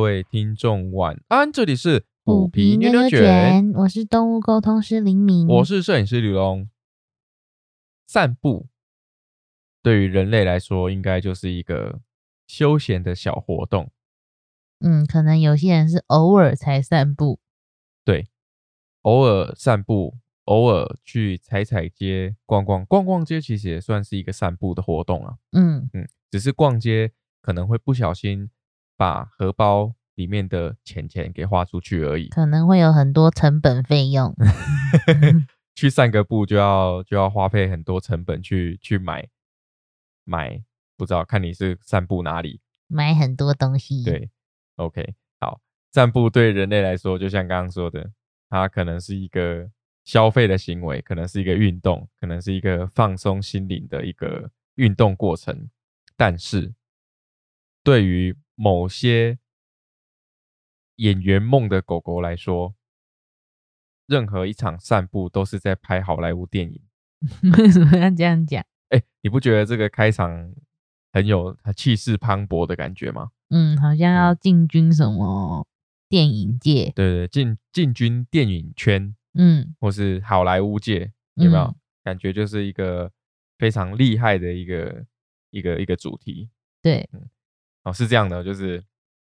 位听众晚安，这里是虎皮牛牛卷，我是动物沟通师林明， 我是摄影师吕龙。散步对于人类来说，应该就是一个休闲的小活动。 可能有些人是偶尔才散步， 对，偶尔散步，偶尔去踩街、逛逛街，其实也算是一个散步的活动啊。只是逛街可能会不小心把荷包里面的钱给花出去而已， 可能会有很多成本费用。 去散个步就要花费很多成本去买，不知道看你是散步哪里， 买很多东西。 对 ，OK， 好，散步对人类来说，就像刚刚说的，它可能是一个消费的行为，可能是一个运动，可能是一个放松心灵的一个运动过程，但是对于某些演员梦的狗狗来说，任何一场散步都是在拍好莱坞电影。 为什么要这样讲？ 你不觉得这个开场很有气势磅礴的感觉吗？ 好像要进军什么电影界， 对，进军电影圈，或是好莱坞界，有没有？感觉就是一个非常厉害的一个主题。 对， 是这样的，就是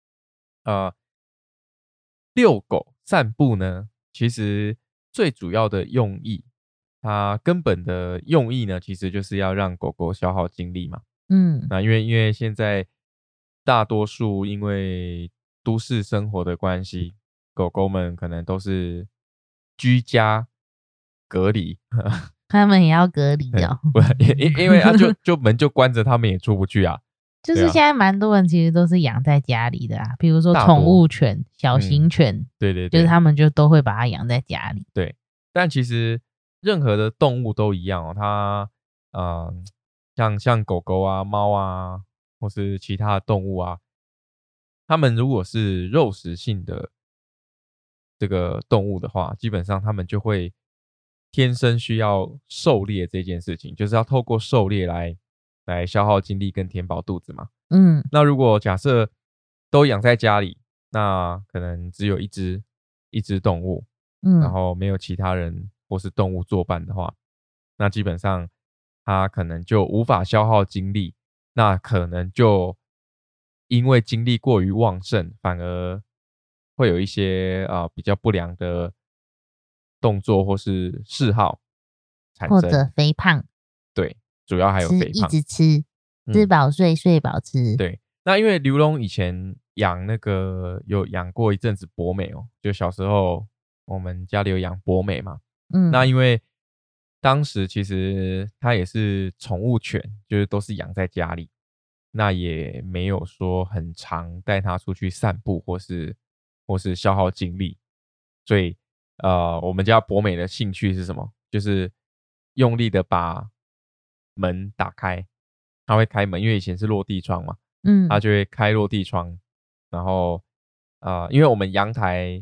遛狗散步呢，其实最主要的用意，它根本的用意呢，其实就是要让狗狗消耗精力嘛。那因为现在大多数因为都市生活的关系，狗狗们可能都是居家隔离， 他们也要隔离哦。 不，因为就门就关着，他们也出不去啊。 就是现在蛮多人其实都是养在家里的啊，比如说宠物犬、小型犬， 对， 就是他们就都会把它养在家里。 对，但其实任何的动物都一样哦，它像狗狗啊、猫啊，或是其他的动物啊，它们如果是肉食性的这个动物的话，基本上它们就会天生需要狩猎这件事情，就是要透过狩猎来消耗精力跟填饱肚子嘛。那如果假设都养在家里，那可能只有一只动物，然后没有其他人或是动物作伴的话，那基本上它可能就无法消耗精力，那可能就因为精力过于旺盛，反而会有一些比较不良的动作或是嗜好产生， 或者肥胖。 对，主要还有肥胖， 一直吃，吃饱睡，睡饱吃。 对，那因为刘龙以前有养过一阵子博美哦，就小时候我们家里有养博美嘛。那因为当时其实它也是宠物犬，就是都是养在家里，那也没有说很常带它出去散步或是消耗精力，所以我们家博美的兴趣是什么？就是用力的把门打开，它会开门，因为以前是落地窗嘛，它就会开落地窗，然后因为我们阳台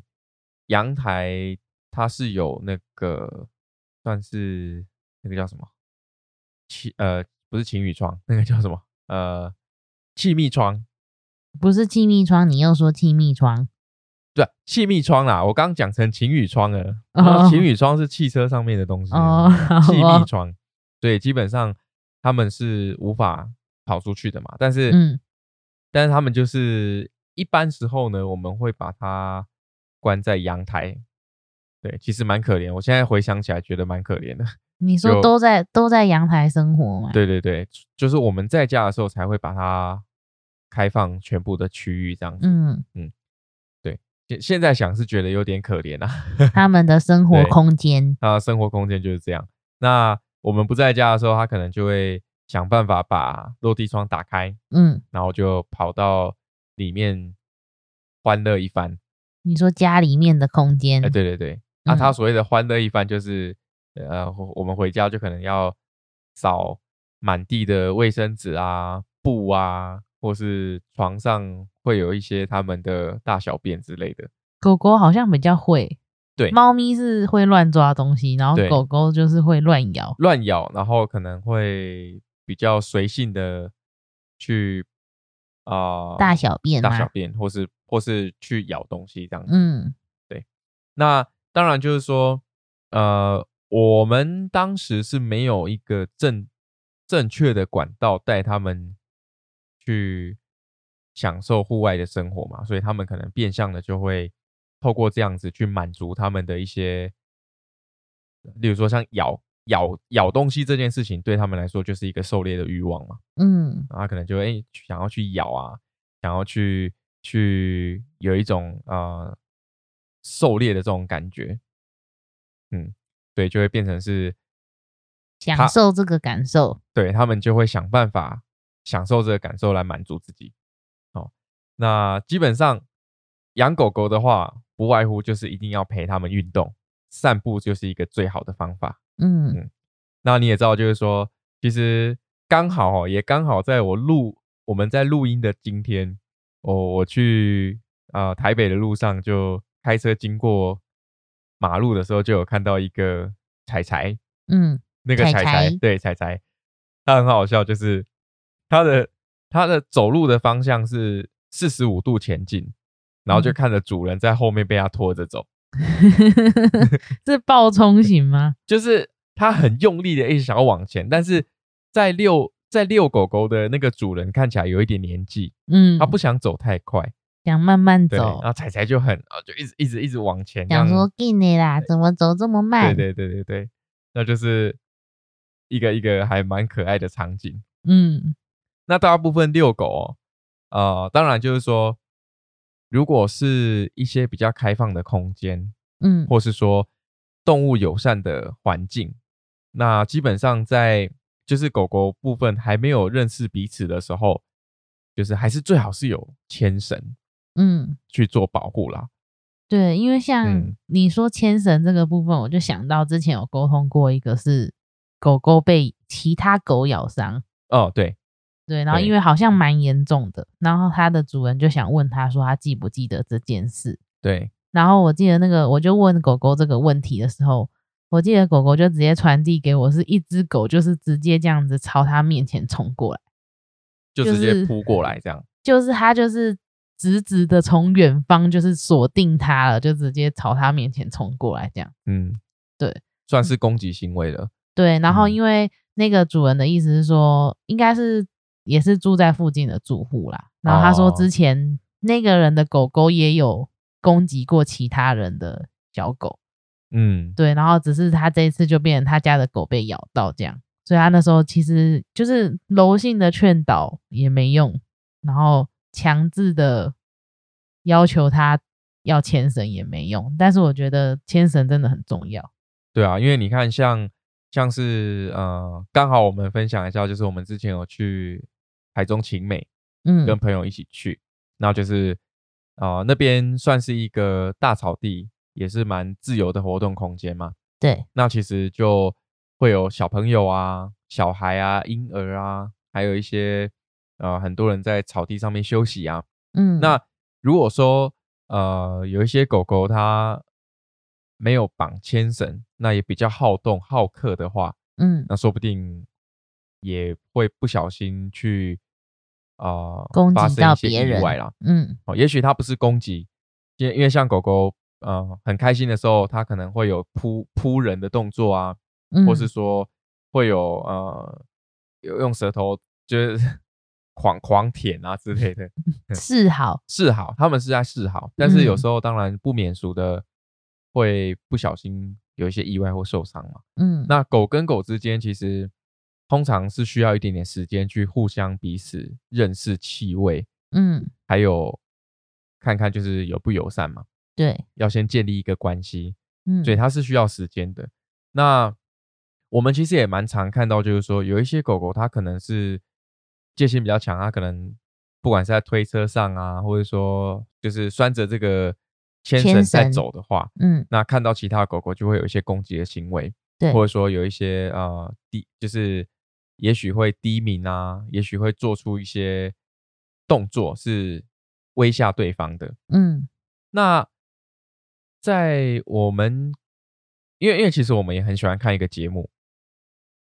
它是有那个算是那个叫什么不是晴雨窗，那个叫什么气密窗， 不是气密窗，你又说气密窗， 对，气密窗啦，我刚刚讲成晴雨窗了，晴雨窗是汽车上面的东西，气密窗，对，基本上他们是无法跑出去的嘛，但是他们就是一般时候呢，我们会把它关在阳台，对，其实蛮可怜，我现在回想起来觉得蛮可怜的。 你说都在阳台生活吗？ 对，就是我们在家的时候才会把它开放全部的区域这样子。对，现在想是觉得有点可怜啊。 他们的生活空间， 他生活空间就是这样。那我们不在家的时候，他可能就会想办法把落地窗打开，然后就跑到里面欢乐一番。 你说家里面的空间？ 对，他所谓的欢乐一番就是我们回家就可能要扫满地的卫生纸啊、布啊，或是床上会有一些他们的大小便之类的。 狗狗好像比较会， 对， 猫咪是会乱抓东西，然后狗狗就是会乱咬， 然后可能会比较随性的去大小便吗？ 大小便，或是去咬东西这样子。 嗯对，那当然就是说，我们当时是没有一个正确的管道带他们去享受户外的生活嘛，所以他们可能变相的就会透过这样子去满足他们的一些，例如说像咬东西这件事情，对他们来说就是一个狩猎的欲望嘛。 嗯， 然后他可能就会想要去咬啊，想要去有一种狩猎的这种感觉。嗯，对，就会变成是享受这个感受。 对，他们就会想办法享受这个感受来满足自己。哦，那基本上养狗狗的话，不外乎就是一定要陪他们运动，散步就是一个最好的方法。 嗯嗯，那你也知道，就是说，其实也刚好在我们在录音的今天，我去台北的路上就开车经过马路的时候，就有看到一个柴柴， 嗯， 那个柴柴， 柴柴， 对柴柴，他很好笑，就是他的他的走路的方向是45度前进，然后就嗯， 看着主人在后面被他拖着走， 是暴冲型吗？ 就是他很用力的一直想要往前，但是在遛狗狗的那个主人看起来有一点年纪，他不嗯， 想走太快， 想慢慢对，然走， 后彩彩就就一直往前这想说样， 进的啦，怎么走这么慢？ 对对对对对，那就是一个还蛮可爱的场景。 嗯那大部分遛狗当然就是说，如果是一些比较开放的空间， 嗯或是说动物友善的环境，那基本上在就是狗狗部分还没有认识彼此的时候，就是还是最好是有牵绳嗯。 去做保护啦。 对，因为像嗯， 你说牵绳这个部分，我就想到之前有沟通过一个是狗狗被其他狗咬伤， 哦，对对，然后因对为好像蛮严重的，然后它的主人就想问他说他记不记得这件事， 对， 然后我记得那个我就问狗狗这个问题的时候，我记得狗狗就直接传递给我是一只狗，就是直接这样子朝他面前冲过来， 就就是直接扑过来这样。 它就是直直的从远方就是锁定它了，就直接朝它面前冲过来这样。 嗯， 对算是攻击行为了。 对，然后嗯， 因为那个主人的意思是说，应该是也是住在附近的住户啦。然后他说哦， 之前那个人的狗狗也有攻击过其他人的小狗， 嗯， 对，然后只是他这一次就变成他家的狗被咬到这样，所以他那时候其实就是柔性的劝导也没用，然后强制的要求他要牵绳也没用，但是我觉得牵绳真的很重要。 对啊，因为你看像是刚好我们分享一下，就是我们之前有去台中晴美，跟嗯， 朋友一起去，那就是那边算是一个大草地，也是蛮自由的活动空间嘛。 对， 那其实就会有小朋友啊、小孩啊、婴儿啊，还有一些很多人在草地上面休息啊。 嗯那如果说有一些狗狗它没有绑牵绳，那也比较好动好客的话， 嗯， 那说不定也会不小心去发攻击到生一些别人， 意外啦。 嗯哦，也许它不是攻击，因为像狗狗很开心的时候，它可能会有扑人的动作啊，或是嗯， 说会有用舌头就是狂舔啊之类的。 示好， 示好，他们是在示好，但是有嗯时候当然不免俗的会不小心有一些意外或受伤嘛。 嗯那狗跟狗之间其实通常是需要一点点时间去互相彼此认识气味， 嗯， 还有看看就是友不友善嘛， 对， 要先建立一个关系，所以嗯它是需要时间的。那我们其实也蛮常看到，就是说有一些狗狗它可能是戒心比较强，它可能不管是在推车上啊，或者说就是拴着这个牵绳在牵绳， 走的话， 嗯那看到其他的狗狗就会有一些攻击的行为，或对， 者说有一些就是也许会低鸣啊，也许会做出一些动作是威吓对方的。 嗯那在我们因为其实我们也很喜欢看一个节目，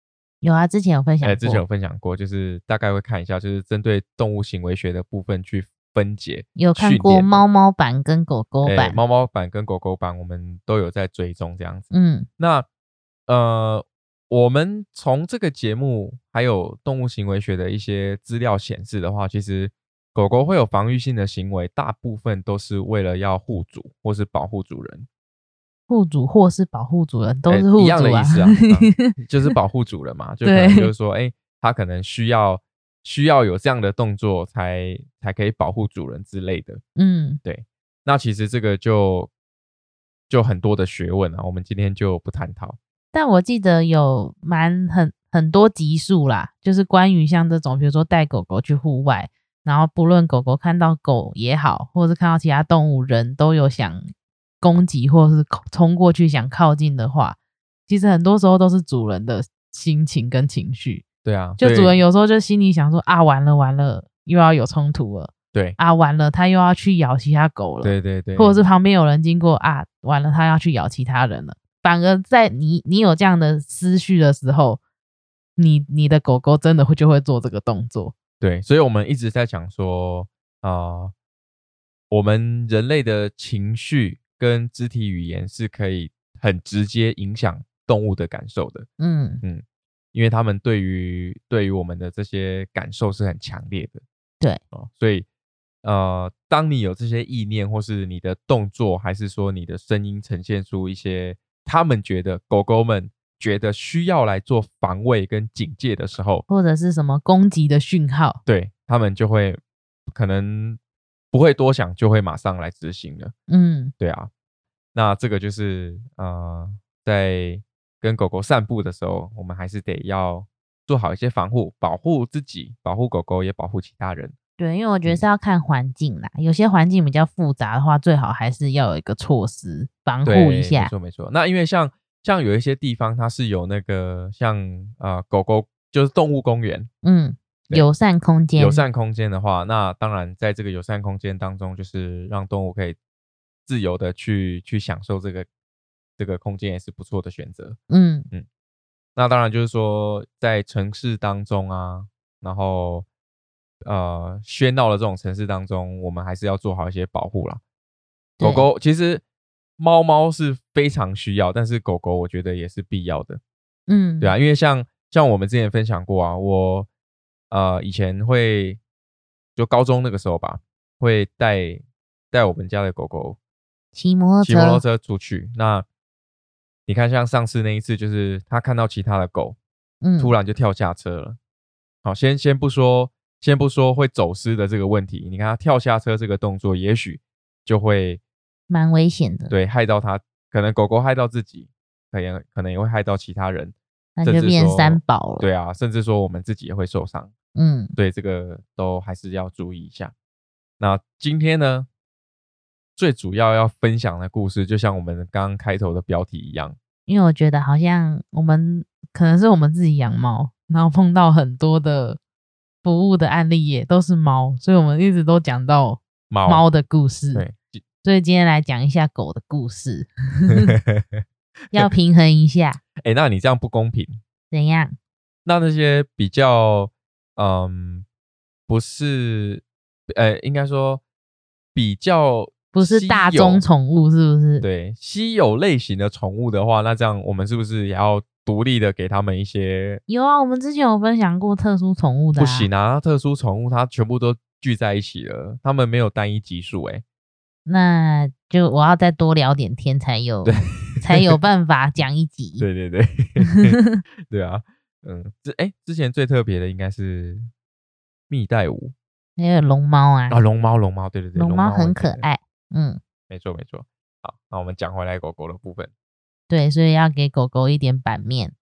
有啊，之前有分享过， 之前有分享过，就是大概会看一下，就是针对动物行为学的部分去分解。 有看过猫猫版跟狗狗版， 猫猫版跟狗狗版我们都有在追踪这样子。那我们从这个节目还有动物行为学的一些资料显示的话，其实狗狗会有防御性的行为，大部分都是为了要护主或是保护主人。 护主或是保护主人都是护主一样的意思啊，就是保护主人嘛，就可能就是说，他可能需要有这样的动作才可以保护主人之类的。对。那其实这个就很多的学问啊，我们今天就不探讨。 但我记得有很多集数啦，就是关于像这种，比如说带狗狗去户外，然后不论狗狗看到狗也好，或是看到其他动物，人都有想攻击或是冲过去想靠近的话，其实很多时候都是主人的心情跟情绪。 对啊， 就主人有时候就心里想说啊，完了，又要有冲突了。 对啊，完了，他又要去咬其他狗了。 对， 或者是旁边有人经过啊，完了，他要去咬其他人了。反而在你有这样的思绪的时候，你的狗狗真的就会做这个动作。 对，所以我们一直在讲说我们人类的情绪跟肢体语言是可以很直接影响动物的感受的。因为他们对于我们的这些感受是很强烈的。 对。 所以当你有这些意念，或是你的动作，还是说你的声音呈现出一些他们觉得狗狗们觉得需要来做防卫跟警戒的时候， 或者是什么攻击的讯号， 对，他们就会可能不会多想，就会马上来执行了。对啊。那这个就是在跟狗狗散步的时候，我们还是得要做好一些防护，保护自己，保护狗狗，也保护其他人。 对，因为我觉得是要看环境啦，有些环境比较复杂的话，最好还是要有一个措施防护一下。 没错。那因为像有一些地方它是有那个像狗狗就是动物公园， 友善空间的话，那当然在这个友善空间当中，就是让动物可以自由的去享受这个空间，也是不错的选择。那当然就是说在城市当中啊，然后喧闹的这种城市当中，我们还是要做好一些保护啦。狗狗其实猫是非常需要，但是狗狗我觉得也是必要的。对啊，因为像我们之前分享过啊，我以前会就高中那个时候吧，会带我们家的狗狗骑摩托车出去。那你看像上次那一次，就是他看到其他的狗突然就跳下车了。好，先不说会走失的这个问题，你看他跳下车这个动作，也许就会蛮危险的。 对，害到他，可能狗狗害到自己，可能也会害到其他人， 那就变三宝了。 对啊，甚至说我们自己也会受伤。对，这个都还是要注意一下。那今天呢，最主要分享的故事，就像我们刚刚开头的标题一样， 因为我觉得好像可能是我们自己养猫，然后碰到很多的服务的案例也都是猫，所以我们一直都讲到猫的故事。 对， 所以今天来讲一下狗的故事，要平衡一下。 那你这样不公平。 怎样？ 那些比较不是应该说比较不是大众宠物，是不是？ 对，稀有类型的宠物的话，那这样我们是不是也要独立的给他们一些？ 有啊，我们之前有分享过特殊宠物的。 不行啊，特殊宠物它全部都聚在一起了，他们没有单一集数。 那就我要再多聊点天才有办法讲一集。 对对啊。之前最特别的应该是蜜袋鼯， 还有龙猫啊。 龙猫，对， 龙猫很可爱。 没错。好，那我们讲回来狗狗的部分。 对，所以要给狗狗一点版面。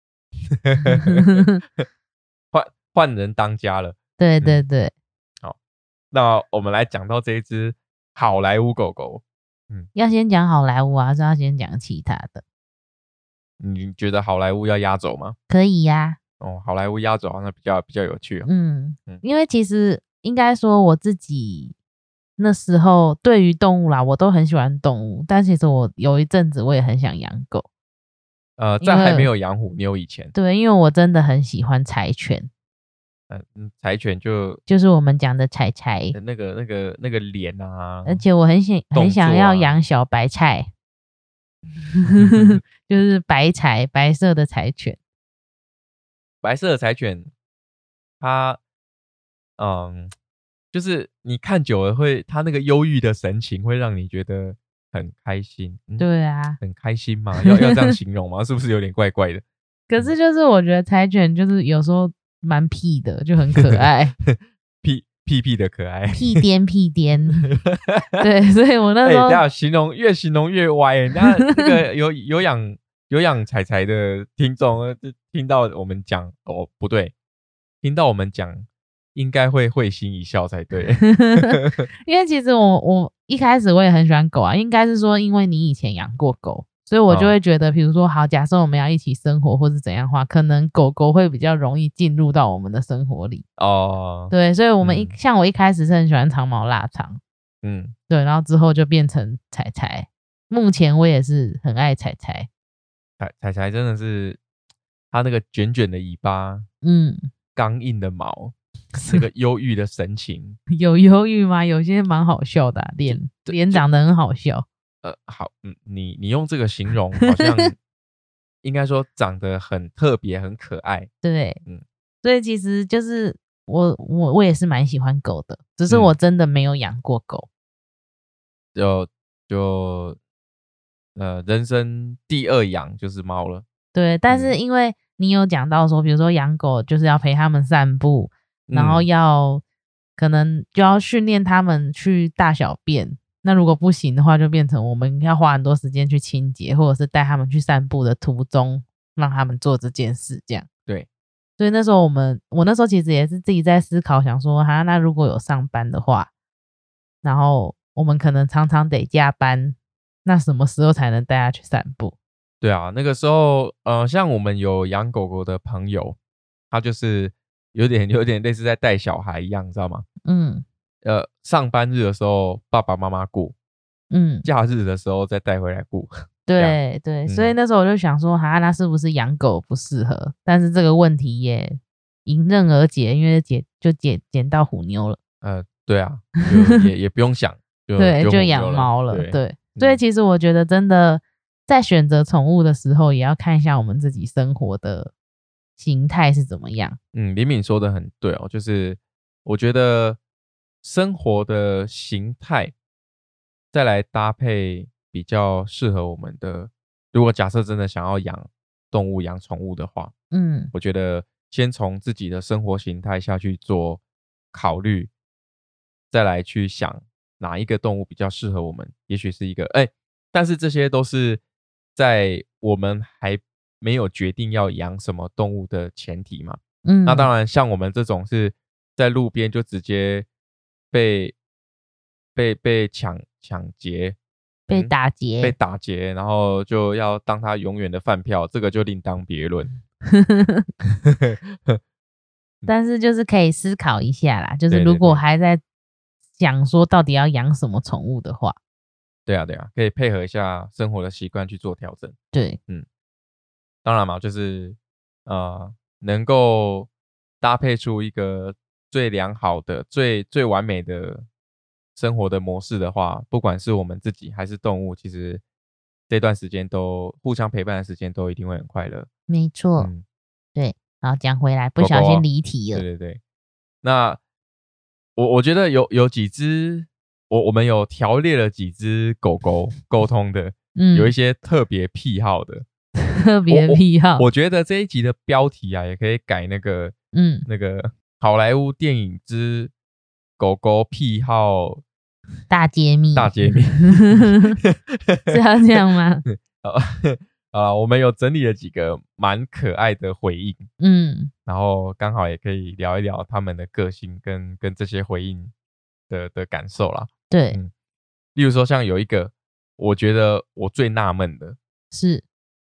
换人当家了。 对。 好，那我们来讲到这一只好莱坞狗狗。 要先讲好莱坞啊，还是要先讲其他的？ 你觉得好莱坞要压轴吗？ 可以呀。 好莱坞压轴好像比较有趣。 因为其实应该说我自己那时候对于动物啦，我都很喜欢动物，但其实我有一阵子我也很想养狗。 在还没有养虎妞以前， 对，因为我真的很喜欢柴犬， 柴犬就是我们讲的柴柴， 那个脸啊， 而且我很想要养小白菜，就是白色的柴犬。 白色的柴犬，它就是你看久了它那个忧郁的神情会让你觉得很开心。 对啊， 很开心嘛，要这样形容吗？是不是有点怪怪的？ 可是就是我觉得柴犬就是有时候蛮屁的，就很可爱， 屁的可爱， 屁颠。对，所以我那时候等下越形容越歪。那个有养柴柴的听众，听到我们讲不对，听到我们讲应该会心一笑才对。 因为其实我一开始我也很喜欢狗啊，应该是说因为你以前养过狗，所以我就会觉得，比如说好，假设我们要一起生活或是怎样的话，可能狗狗会比较容易进入到我们的生活里。对，所以我们像我一开始是很喜欢长毛腊肠，对，然后之后就变成柴柴。目前我也是很爱柴柴。 柴柴真的是它那个卷卷的尾巴，刚硬的毛，那个忧郁的神情。 有忧郁吗？有些蛮好笑的脸长得很好笑。 好，你用这个形容，好像应该说长得很特别，很可爱。 对，所以其实就是我也是蛮喜欢狗的，只是我真的没有养过狗。 人生第二养就是猫了。 对，但是因为你有讲到说，比如说养狗就是要陪他们散步，然后可能就要训练他们去大小便。那如果不行的话，就变成我们要花很多时间去清洁，或者是带他们去散步的途中让他们做这件事，这样。 对， 所以那时候我那时候其实也是自己在思考，想说那如果有上班的话，然后我们可能常常得加班，那什么时候才能带他去散步？ 对啊，那个时候像我们有养狗狗的朋友，他就是有点类似在带小孩一样，知道吗？上班日的时候爸爸妈妈顾，假日的时候再带回来顾。 对对，所以那时候我就想说，那是不是养狗不适合？但是这个问题也迎刃而解，因为捡到虎妞了。 对啊，也不用想， 对，就养猫了。对，所以其实我觉得真的在选择宠物的时候，也要看一下我们自己生活的形态是怎么样。 李敏说的很对哦，就是我觉得生活的形态再来搭配比较适合我们的。如果假设真的想要养动物、养宠物的话，我觉得先从自己的生活形态下去做考虑，再来去想哪一个动物比较适合我们，也许是一个但是这些都是在我们还没有决定要养什么动物的前提嘛。那当然像我们这种是在路边就直接被抢劫， 被打劫，然后就要当他永远的饭票，这个就另当别论。 但是就是可以思考一下啦，就是如果还在想说到底要养什么宠物的话， 对啊，可以配合一下生活的习惯去做调整。 对， 当然嘛，就是能够搭配出一个最良好的、最完美的生活的模式的话，不管是我们自己还是动物，其实这段时间都互相陪伴的时间都一定会很快乐。 没错，对。然后讲回来，不小心离题了。 对。那我觉得有几只，我们有条列了几只狗狗沟通的，有一些特别癖好的。 特别癖好， 我觉得这一集的标题啊，也可以改那个好莱坞电影之狗狗癖好大揭秘，是要这样吗？ 我们有整理了几个蛮可爱的回应，然后刚好也可以聊一聊他们的个性跟这些回应的感受啦。 对， 例如说像有一个，我觉得我最纳闷的是，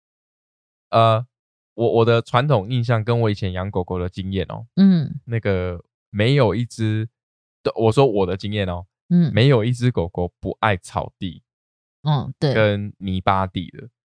我的传统印象跟我以前养狗狗的经验哦，那个没有一只，我说我的经验哦，没有一只狗狗不爱草地， 对， 跟泥巴地的。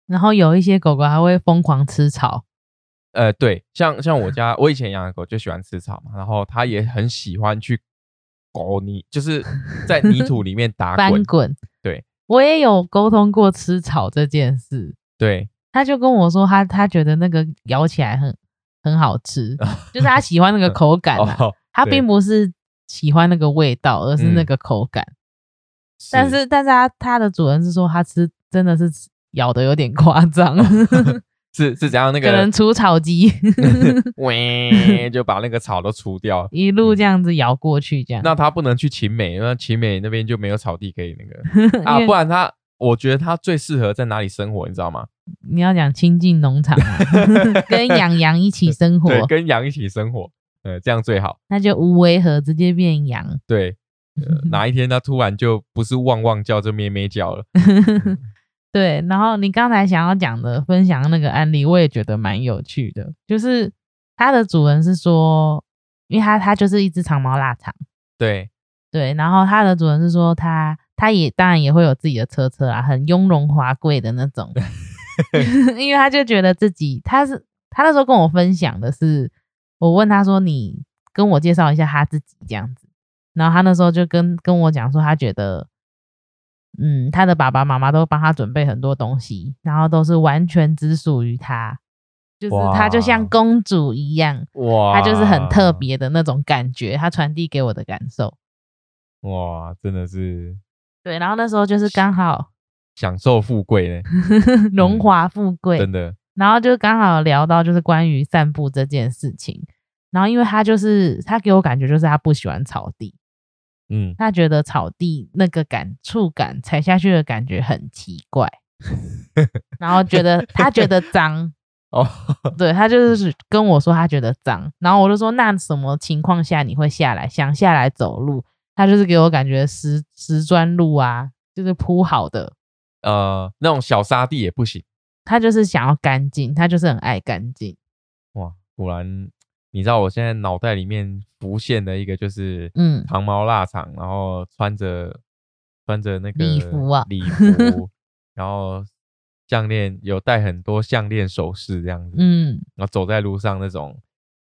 然后有一些狗狗还会疯狂吃草。 对，像我家我以前养的狗就喜欢吃草嘛，然后它也很喜欢去狗泥，就是在泥土里面打滚。 翻滚。 对， 我也有沟通过吃草这件事。 对， 他就跟我说他觉得那个咬起来很好吃，就是他喜欢那个口感啊。他并不是喜欢那个味道，而是那个口感。但是他的主人是说他吃真的是咬的有点夸张。 是怎样那个？ 可能除草机喂，就把那个草都除掉， 一路这样子咬过去，这样。 那他不能去勤美，因为勤美那边就没有草地可以那个啊，不然我觉得他最适合在哪里生活，你知道吗？ 你要讲亲近农场啊，跟养羊一起生活。 对，跟羊一起生活，这样最好。 那就无违和，直接变羊。 对，哪一天他突然就不是汪汪叫，就咩咩叫了。 对，然后你刚才想要讲的分享那个案例，我也觉得蛮有趣的。就是它的主人是说，因为它就是一只长毛腊肠。 对对，然后它的主人是说它也当然也会有自己的车啊，很雍容华贵的那种。因为他就觉得自己他那时候跟我分享的是，我问他说你跟我介绍一下他自己这样子，然后他那时候就跟我讲说他觉得他的爸爸妈妈都帮他准备很多东西，然后都是完全只属于他，就是他就像公主一样。哇，他就是很特别的那种感觉，他传递给我的感受。 哇，真的是。 对，然后那时候就是刚好享受富贵呢。 荣华富贵。 真的。 然后就刚好聊到就是关于散步这件事情，然后因为他给我感觉就是他不喜欢草地。他觉得草地那个触感踩下去的感觉很奇怪。然后他觉得脏。对，他就是跟我说他觉得脏，然后我就说那什么情况下你会想下来走路？他就是给我感觉石砖路啊，就是铺好的。 那种小沙地也不行。 他就是想要干净，他就是很爱干净。 哇，果然你知道我现在脑袋里面浮现的一个就是长毛腊肠，然后穿着那个礼服啊， 礼服，然后项链有戴很多项链首饰这样子。然后走在路上那种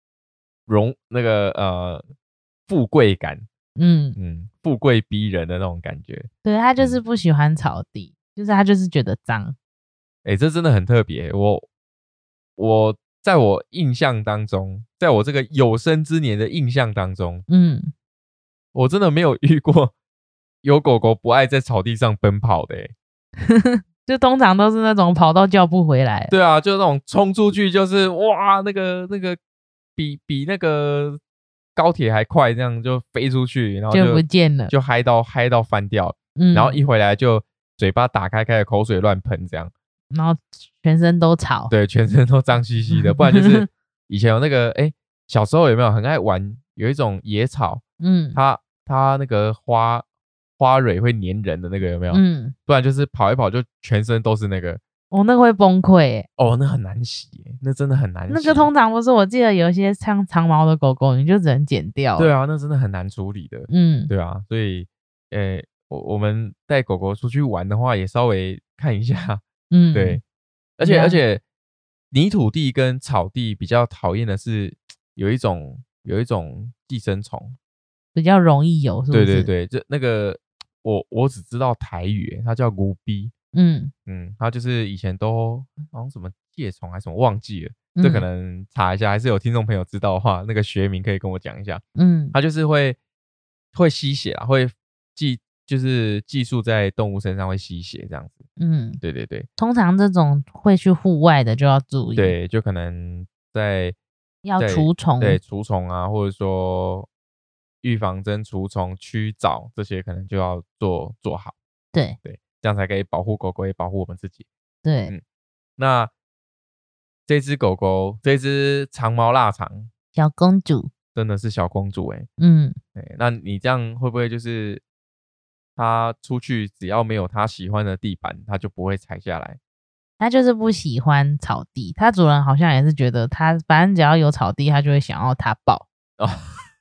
富贵感。富贵逼人的那种感觉。 对，他就是不喜欢草地，就是他就是觉得脏。 这真的很特别。我在我印象当中，在我这个有生之年的印象当中，我真的没有遇过有狗狗不爱在草地上奔跑的。 就通常都是那种跑到叫不回来。 对啊，就那种冲出去就是哇，那个比那个高铁还快，这样就飞出去，然后就不见了， 就嗨到翻掉。然后一回来就嘴巴打开，开始口水乱喷这样。 然后全身都草。 对，全身都脏兮兮的。不然就是以前有那个小时候有没有很爱玩有一种野草，它那个花蕊会粘人的那个有没有？不然就是跑一跑就全身都是那个。 那个会崩溃。 那很难洗。那真的很难洗。 那个通常不是，我记得有一些像长毛的狗狗你就只能剪掉。 对啊，那真的很难处理的。对啊，所以我们带狗狗出去玩的话也稍微看一下。对，而且泥土地跟草地比较讨厌的是有一种寄生虫比较容易有，是不是？ 对，就那个我只知道台语，它叫牛逼。它就是以前都好像什么介虫还是什么忘记了，这可能查一下，还是有听众朋友知道的话，那个学名可以跟我讲一下。它就是会吸血啊，会就是寄宿在动物身上会吸血这样子。对， 通常这种会去户外的就要注意。 对，就可能要除虫。 对，除虫啊，或者说预防针、除虫、驱蚤这些可能就要做好。 对， 这样才可以保护狗狗，也保护我们自己。 对。 那这只狗狗，这只长毛腊肠小公主真的是小公主。那你这样会不会就是他出去只要没有他喜欢的地板，他就不会踩下来？ 他就是不喜欢草地，他主人好像也是觉得他反正只要有草地，他就会想要他抱。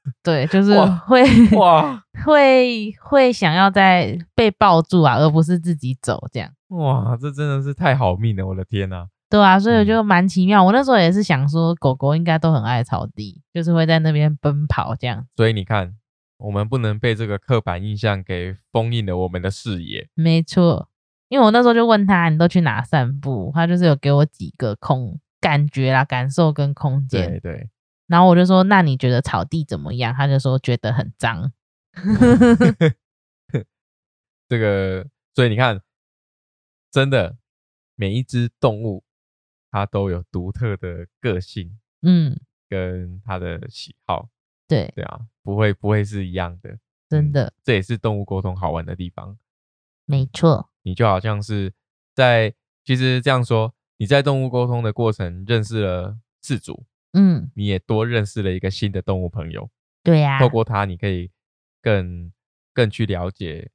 对，就是哇会哇会想要在被抱住啊，而不是自己走这样。 哇，这真的是太好命了，我的天啊！ 对啊，所以我就蛮奇妙。我那时候也是想说，狗狗应该都很爱草地，就是会在那边奔跑这样。 所以你看，我们不能被这个刻板印象给封印了我们的视野。 没错，因为我那时候就问他，你都去哪散步？他就是有给我几个感觉啦、感受跟空间。 对对， 然后我就说，那你觉得草地怎么样？他就说觉得很脏。 这个，所以你看，真的每一只动物它都有独特的个性嗯， 跟它的喜好， 对， 对啊，不会是一样的。 真的， 这也是动物沟通好玩的地方。 没错。 你就好像是其实这样说，你在动物沟通的过程认识了饲主， 嗯， 你也多认识了一个新的动物朋友。 对呀、 透过它，你可以更去了解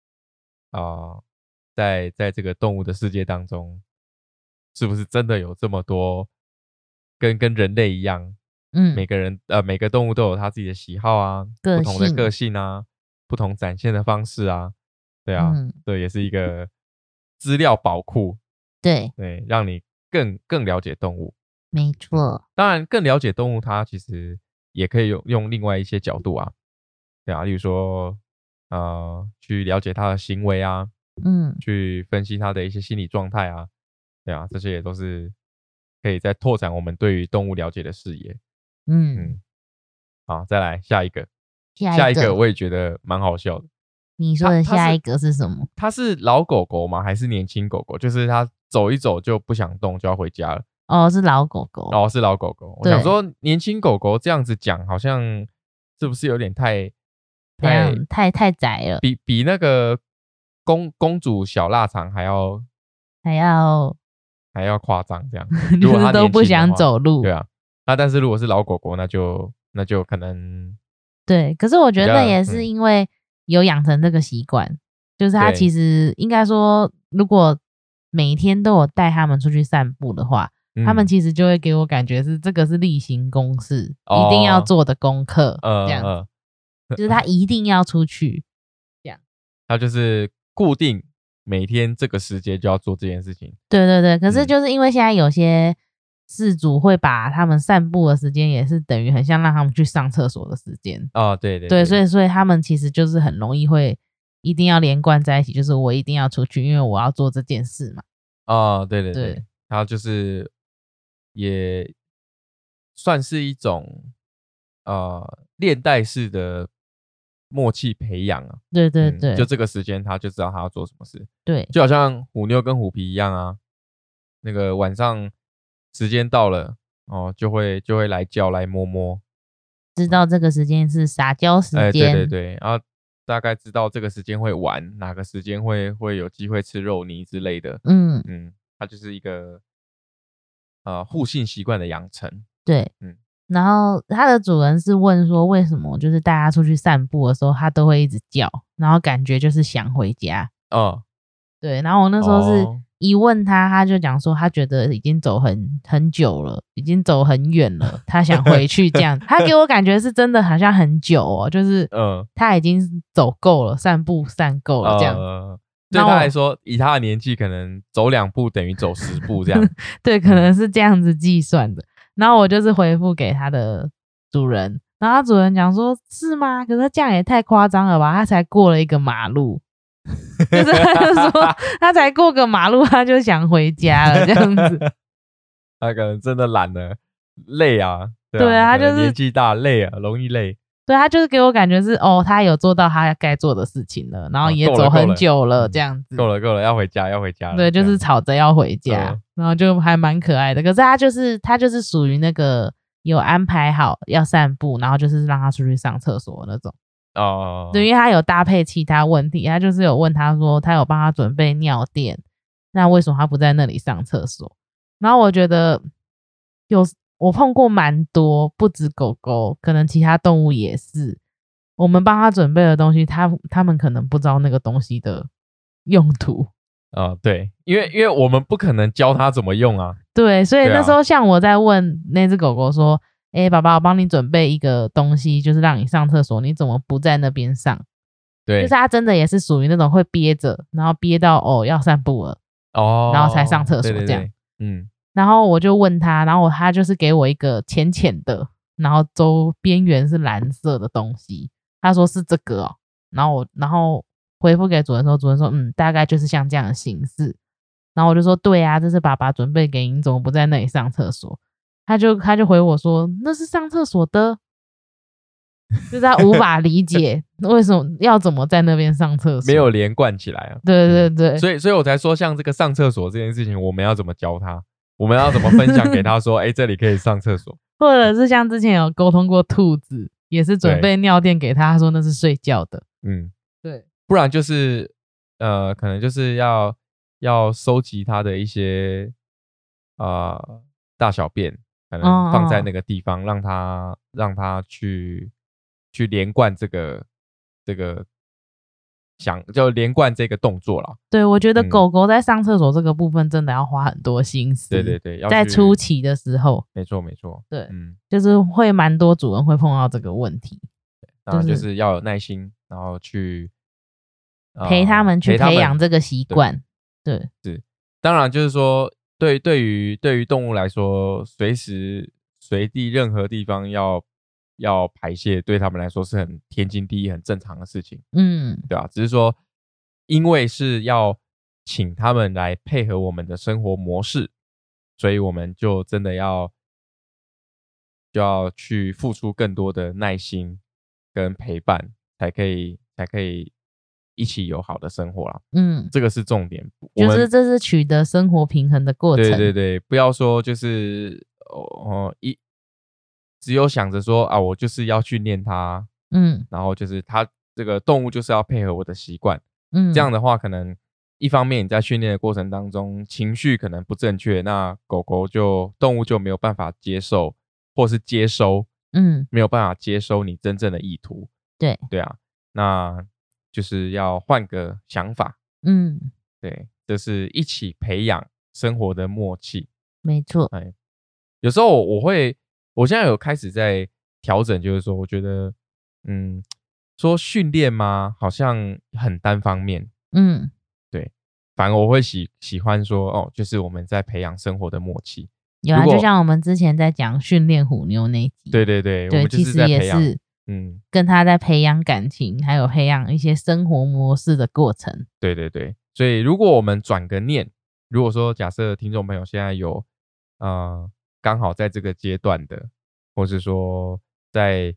在这个动物的世界当中，是不是真的有这么多跟人类一样， 嗯， 每个动物都有它自己的喜好啊， 个不同的性个性啊，不同展现的方式啊，对啊， 嗯， 这也是一个资料宝库， 对， 对，让你更了解动物。 没错。 当然，更了解动物，它其实也可以用另外一些角度啊，对啊，例如说，去了解它的行为啊， 嗯， 去分析它的一些心理状态啊，对啊，这些也都是可以在拓展我们对于动物了解的视野。 嗯， 嗯，好，再来下一个， 下一个， 我也觉得蛮好笑的。 你说的它是下一个是什么？ 它是老狗狗吗？还是年轻狗狗？就是它走一走就不想动，就要回家了。 哦，是老狗狗。 哦，是老狗狗。我对想说，年轻狗狗这样子讲，好像是不是有点太这样太窄了， 比那个公主小腊肠还要还要夸张这样？ 就是如果它都不想年轻的话， 走路。 对啊。但是如果是老狗狗，那就可能对，可是我觉比较得那也是因为有养成这个习惯，就是他对其实应该说，如果每天都有带他们出去散步的话，他们嗯其实就会给我感觉是这个是例行公事， 哦一定要做的功课， 呃这样子， 呃， 就是他一定要出去，这样。 它就是固定每天这个时间就要做这件事情。 对对对，可是嗯就是因为现在有些饲主会把他们散步的时间也是等于很像让他们去上厕所的时间， 哦，对对对， 对， 所以他们其实就是很容易会一定要连贯在一起，就是我一定要出去，因为我要做这件事嘛。 哦，对对对对，它就是也算是一种链带式的默契培养啊。 对对对就这个时间他就知道他要做什么事， 对， 就好像虎妞跟虎皮一样啊。那个晚上时间到了哦，就会来叫来摸摸， 知道这个时间是撒娇时哎，对对间， 对，然后大概知道这个时间会玩，哪个时间会有机会吃肉泥之类的。 嗯， 它就是一个互信习惯的养成。 对。 嗯， 然后它的主人是问说，为什么就是大家出去散步的时候，它都会一直叫，然后感觉就是想回家。 哦对，然后我那时候是哦一问他，他就讲说他觉得已经走很久了，已经走很远了，他想回去这样。他给我感觉是真的好像很久哦，就是他已经走够了，散步散够了这样。 对他来说，以他的年纪，可能走2步等于走10步这样。 对，可能是这样子计算的。然后我就是回复给他的主人，然后他主人讲说：“是吗？可是这样也太夸张了吧？他才过了一个马路。”就是他就说他才过个马路，他就想回家了，这样子。 他可能真的懒了，累啊， 对啊，他就是年纪大累啊，容易累。 对，他就是给我感觉是哦，他有做到他该做的事情了，然后也走很久了，这样子。 够了，要回家了。 对，就是吵着要回家，然后就还蛮可爱的。可是他就是属于那个有安排好要散步，然后就是让他出去上厕所那种。 哦， 对，因为他有搭配其他问题，他就是有问他说，他有帮他准备尿垫，那为什么他不在那里上厕所？然后我觉得我碰过蛮多，不止狗狗，可能其他动物也是。我们帮他准备的东西，他们可能不知道那个东西的用途。 对，因为我们不可能教他怎么用啊。 对，所以那时候像我在问那只狗狗说， 爸爸，我帮你准备一个东西，就是让你上厕所，你怎么不在那边上？ 对， 就是他真的也是属于那种会憋着，然后憋到要散步了，然后才上厕所这样。 嗯， 然后我就问他，然后他就是给我一个浅浅的，然后周边缘是蓝色的东西，他说是这个哦，然后回复给主人说，主人说大概就是像这样的形式。然后我就说对啊，这是爸爸准备给你，怎么不在那里上厕所？他就回我说那是上厕所的，就是他无法理解为什么要怎么在那边上厕所， 没有连贯起来啊。 对对对， 所以我才说，像这个上厕所这件事情，我们要怎么教他？我们要怎么分享给他说，这里可以上厕所， 或者是像之前有沟通过兔子，也是准备尿垫给他，他说那是睡觉的。对， 不然就是可能就是要收集他的一些大小便，可能放在那个地方，让他去连贯这个就连贯这个动作啦。 对，我觉得狗狗在上厕所这个部分真的要花很多心思。 对对对， 在初期的时候， 没错没错。 对，就是会蛮多主人会碰到这个问题。 当然就是要有耐心，然后去陪他们去培养这个习惯。对， 是。当然就是说，对于动物来说，随时随地任何地方要排泄，对他们来说是很天经地义、很正常的事情。对吧？只是说，因为是要请他们来配合我们的生活模式，所以我们就真的要去付出更多的耐心跟陪伴，才可以一起有好的生活啦。这个是重点， 就是这是取得生活平衡的过程。 对对对，不要说就是只有想着说啊，我就是要训练它，然后就是它这个动物就是要配合我的习惯，这样的话可能一方面你在训练的过程当中情绪可能不正确，那动物就没有办法接受或是接收，没有办法接收你真正的意图。对啊，那就是要换个想法。对，这是一起培养生活的默契。 没错。 有时候我现在有开始在调整，就是说我觉得说训练吗好像很单方面。对，反而我会喜欢说就是我们在培养生活的默契。 有啊，就像我们之前在讲训练虎妞那一集。 对对对，我们就是在培养， 跟他在培养感情，还有培养一些生活模式的过程。 对对对，所以如果我们转个念，如果说假设听众朋友现在有刚好在这个阶段的，或是说在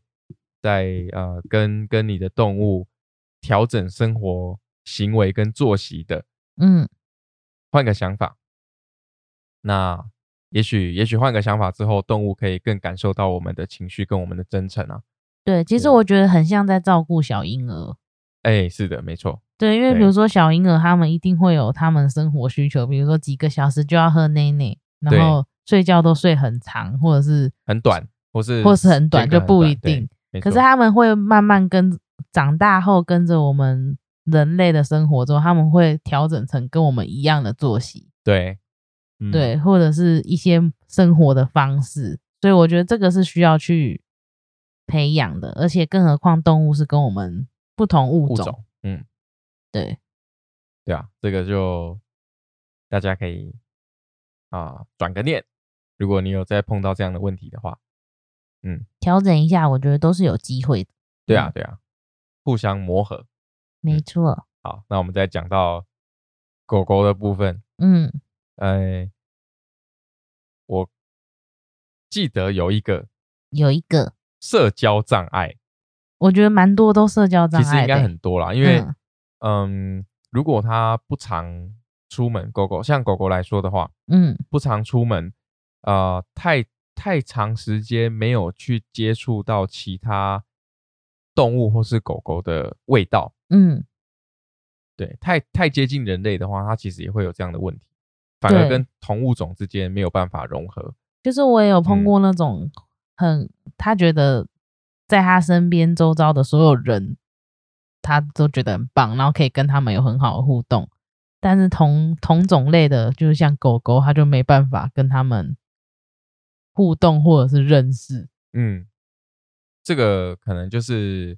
跟你的动物调整生活行为跟作息的，换个想法，那也许换个想法之后，动物可以更感受到我们的情绪跟我们的真诚啊。 对，其实我觉得很像在照顾小婴儿。 是的，没错。 对，因为比如说小婴儿他们一定会有他们生活需求，比如说几个小时就要喝奶奶，然后睡觉都睡很长，或者是很短，或是很短，就不一定。可是他们会慢慢长大后跟着我们人类的生活中，他们会调整成跟我们一样的作息。 对， 对，或者是一些生活的方式，所以我觉得这个是需要去培养的，而且更何况动物是跟我们不同物种。对啊，这个就大家可以转个念，如果你有在碰到这样的问题的话， 调整一下，我觉得都是有机会的。 对啊，互相磨合。 没错。 好，那我们再讲到狗狗的部分。我记得有一个社交障碍， 我觉得蛮多都社交障碍的。 其实应该很多啦，因为如果它不常出门，像狗狗来说的话，不常出门，太长时间没有去接触到其他动物或是狗狗的味道，对，太接近人类的话，它其实也会有这样的问题，反而跟同物种之间没有办法融合。 就是我也有碰过那种他觉得在他身边周遭的所有人，他都觉得很棒，然后可以跟他们有很好的互动，但是同种类的，就是像狗狗，他就没办法跟他们互动或者是认识。 这个可能就是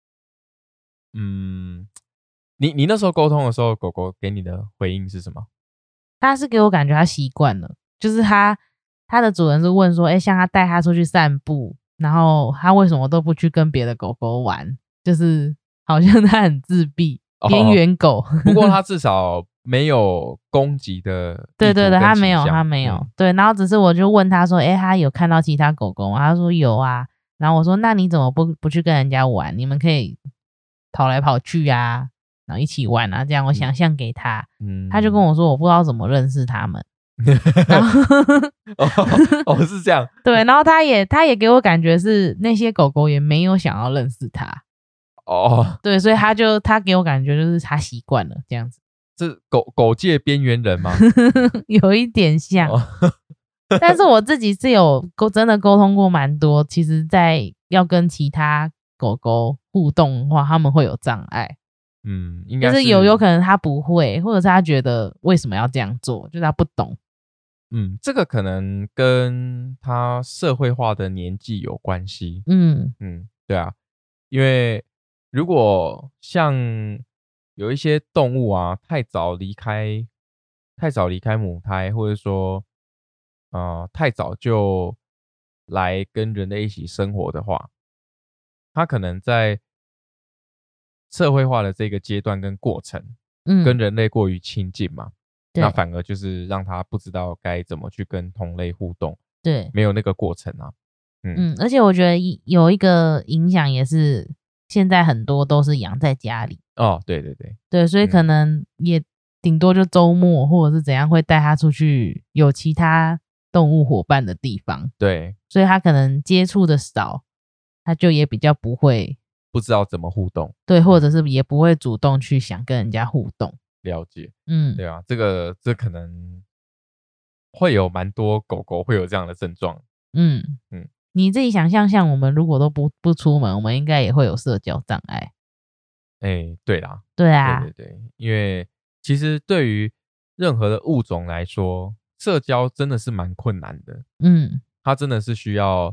你那时候沟通的时候，狗狗给你的回应是什么？ 他是给我感觉他习惯了，就是他的主人是问说，像他带他出去散步，然后他为什么都不去跟别的狗狗玩，就是好像他很自闭，边缘狗。 不过他至少没有攻击的对，他没有，对，然后只是我就问他说，他有看到其他狗狗吗？他说有啊，然后我说那你怎么不去跟人家玩？你们可以跑来跑去啊，然后一起玩啊，这样我想象给他，他就跟我说我不知道怎么认识他们。然后是这样， 对，然后他也给我感觉是那些狗狗也没有想要认识他。对，所以他给我感觉就是他习惯了这样子。 是狗界边缘人吗？ 有一点像。但是我自己是有真的沟通过蛮多，其实在要跟其他狗狗互动的话，他们会有障碍。 应该就是有可能他不会，或者是他觉得为什么要这样做，就是他不懂。 这个可能跟他社会化的年纪有关系。对啊，因为如果像有一些动物啊，太早离开母胎，或者说太早就来跟人类一起生活的话，它可能在社会化的这个阶段跟过程，跟人类过于亲近嘛，那反而就是让它不知道该怎么去跟同类互动， 对， 没有那个过程啊。 而且我觉得有一个影响也是，现在很多都是养在家里。 对， 所以可能也顶多就周末或者是怎样会带他出去有其他动物伙伴的地方。 对， 所以他可能接触的少，他就也比较不知道怎么互动。 对，或者是也不会主动去想跟人家互动。 了解。对啊，这可能会有蛮多狗狗会有这样的症状。 你自己想象，像我们如果都不出门，我们应该也会有社交障碍。 对啦， 对啊， 对，因为其实对于任何的物种来说，社交真的是蛮困难的。它真的是需要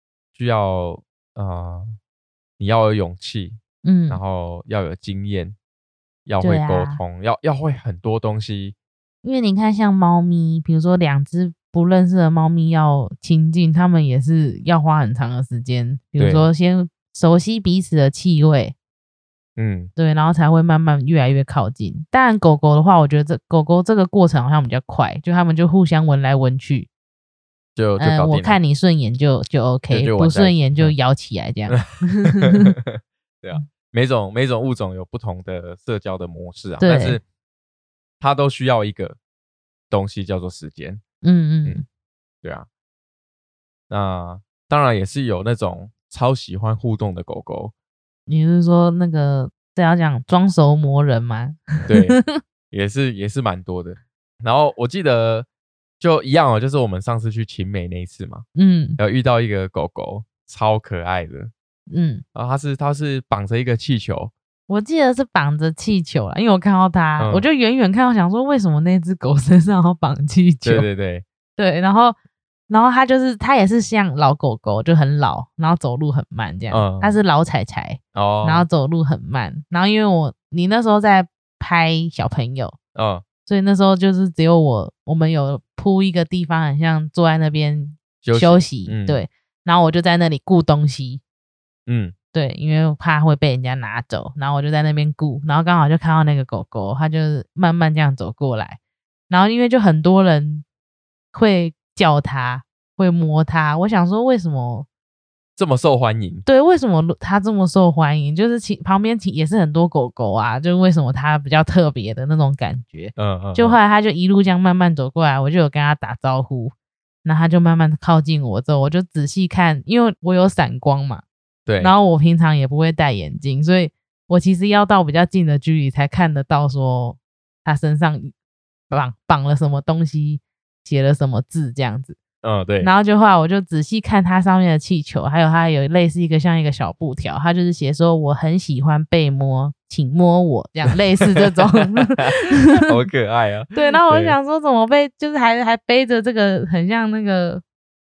你要有勇气，然后要有经验，要会沟通，要会很多东西。 因为你看，像猫咪，比如说2只不认识的猫咪要亲近，它们也是要花很长的时间，比如说先熟悉彼此的气味。对，然后才会慢慢越来越靠近。当然狗狗的话，我觉得狗狗这个过程好像比较快，就它们就互相闻来闻去， 就搞定了。 我看你顺眼就 OK， 不顺眼就咬起来这样。 对啊，每种物种有不同的社交的模式啊，但是它都需要一个东西叫做时间。对啊。那当然也是有那种超喜欢互动的狗狗。 你是说那个要讲装熟魔人吗？ 对，也是蛮多的。然后我记得就一样就是我们上次去秦美那一次嘛，然后遇到一个狗狗超可爱的，然后它是绑着一个气球，我记得是绑着气球啦，因为我看到它，我就远远看到想说为什么那只狗身上要绑气球？对，然后它也是像老狗狗，就很老，然后走路很慢这样。它是老柴柴，然后走路很慢。然后因为你那时候在拍小朋友，所以那时候就是只有我们有铺一个地方，很像坐在那边休息。对，然后我就在那里顾东西。对，因为怕会被人家拿走，然后我就在那边顾，然后刚好就看到那个狗狗，它就是慢慢这样走过来，然后因为就很多人会叫它，会摸它，我想说为什么这么受欢迎？ 对，为什么它这么受欢迎？就是旁边也是很多狗狗啊，就是为什么它比较特别的那种感觉。就后来它就一路这样慢慢走过来，我就有跟它打招呼，那它就慢慢靠近我之后，我就仔细看，因为我有闪光嘛。 对， 然后我平常也不会戴眼镜，所以我其实要到比较近的距离才看得到说他身上绑了什么东西，写了什么字这样子。 对。 然后后来我就仔细看它上面的气球，还有它有类似像一个小布条，它就是写说我很喜欢被摸，请摸我，这样类似这种。 好可爱啊。 对，然后我想说怎么就是还背着这个很像那个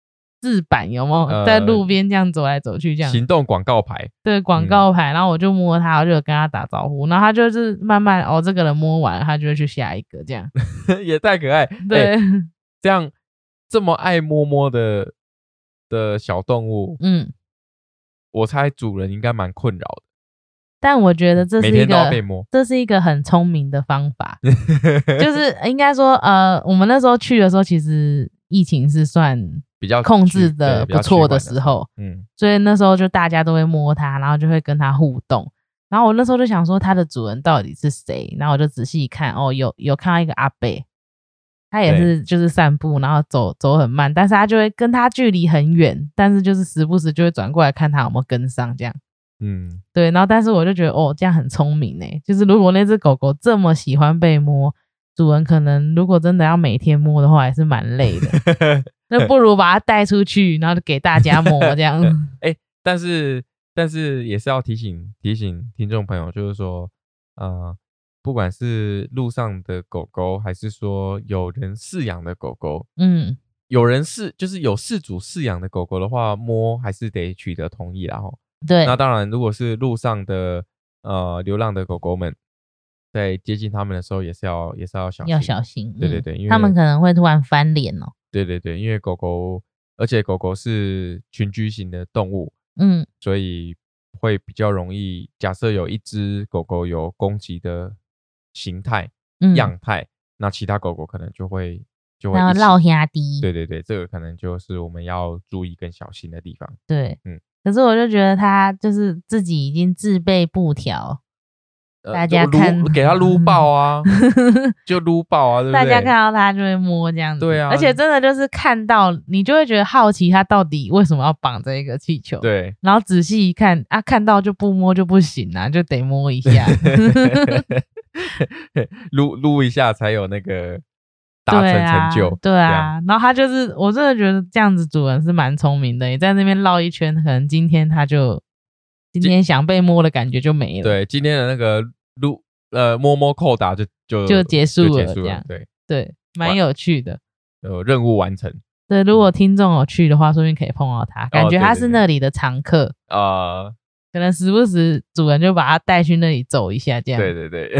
字板有没有、在路边这样走来走去这样？ 行动广告牌， 对，广告牌，然后我就摸它，我就有跟他打招呼，然后他就是慢慢这个人摸完了，他就会去下一个这样。 也太可爱。 对， 这样这么爱摸摸的小动物，我猜主人应该蛮困扰的。 但我觉得这是每天都要被摸， 这是一个很聪明的方法，就是应该说，我们那时候去的时候，其实疫情是算比较控制的不错的时候，所以那时候就大家都会摸它，然后就会跟它互动。然后我那时候就想说，它的主人到底是谁？然后我就仔细看，有看到一个阿伯，他也是就是散步，然后走很慢，但是他就会跟他距离很远，但是就是时不时就会转过来看他有没有跟上这样。对，然后但是我就觉得这样很聪明欸，就是如果那只狗狗这么喜欢被摸，主人可能如果真的要每天摸的话，还是蛮累的。那不如把它带出去，然后就给大家摸这样。 但是也是要提醒听众朋友，就是说，不管是路上的狗狗，还是说有人饲养的狗狗，有人就是有饲主饲养的狗狗的话，摸还是得取得同意啦齁。 对， 那当然，如果是路上的流浪的狗狗们，在接近他们的时候，也是要小心， 要小心。 对对对，因为他们可能会突然翻脸哦。 对对对，因为而且狗狗是群居型的动物，所以会比较容易。假设有一只狗狗有攻击的形态、样态，那其他狗狗可能就会然后落下低。 对对对，这个可能就是我们要注意跟小心的地方。 对，可是我就觉得他就是自己已经自备布条，大家看给他撸爆啊，就撸爆啊，对不对？ 大家看到他就会摸这样子。 对啊， 而且真的就是看到你就会觉得好奇，他到底为什么要绑这个气球？ 对， 然后仔细一看啊，看到就不摸就不行啊，就得摸一下， 撸一下才有那个达成成就。 对啊，然后他就是我真的觉得这样子主人是蛮聪明的，你在那边绕一圈，可能今天想被摸的感觉就没了。 对，今天的那个摸摸扣打就结束了，这样对，蛮有趣的。 任务完成。 对，如果听众有去的话，说不定可以碰到他，感觉他是那里的常客。可能时不时主人就把他带去那里走一下，这样。 对对对。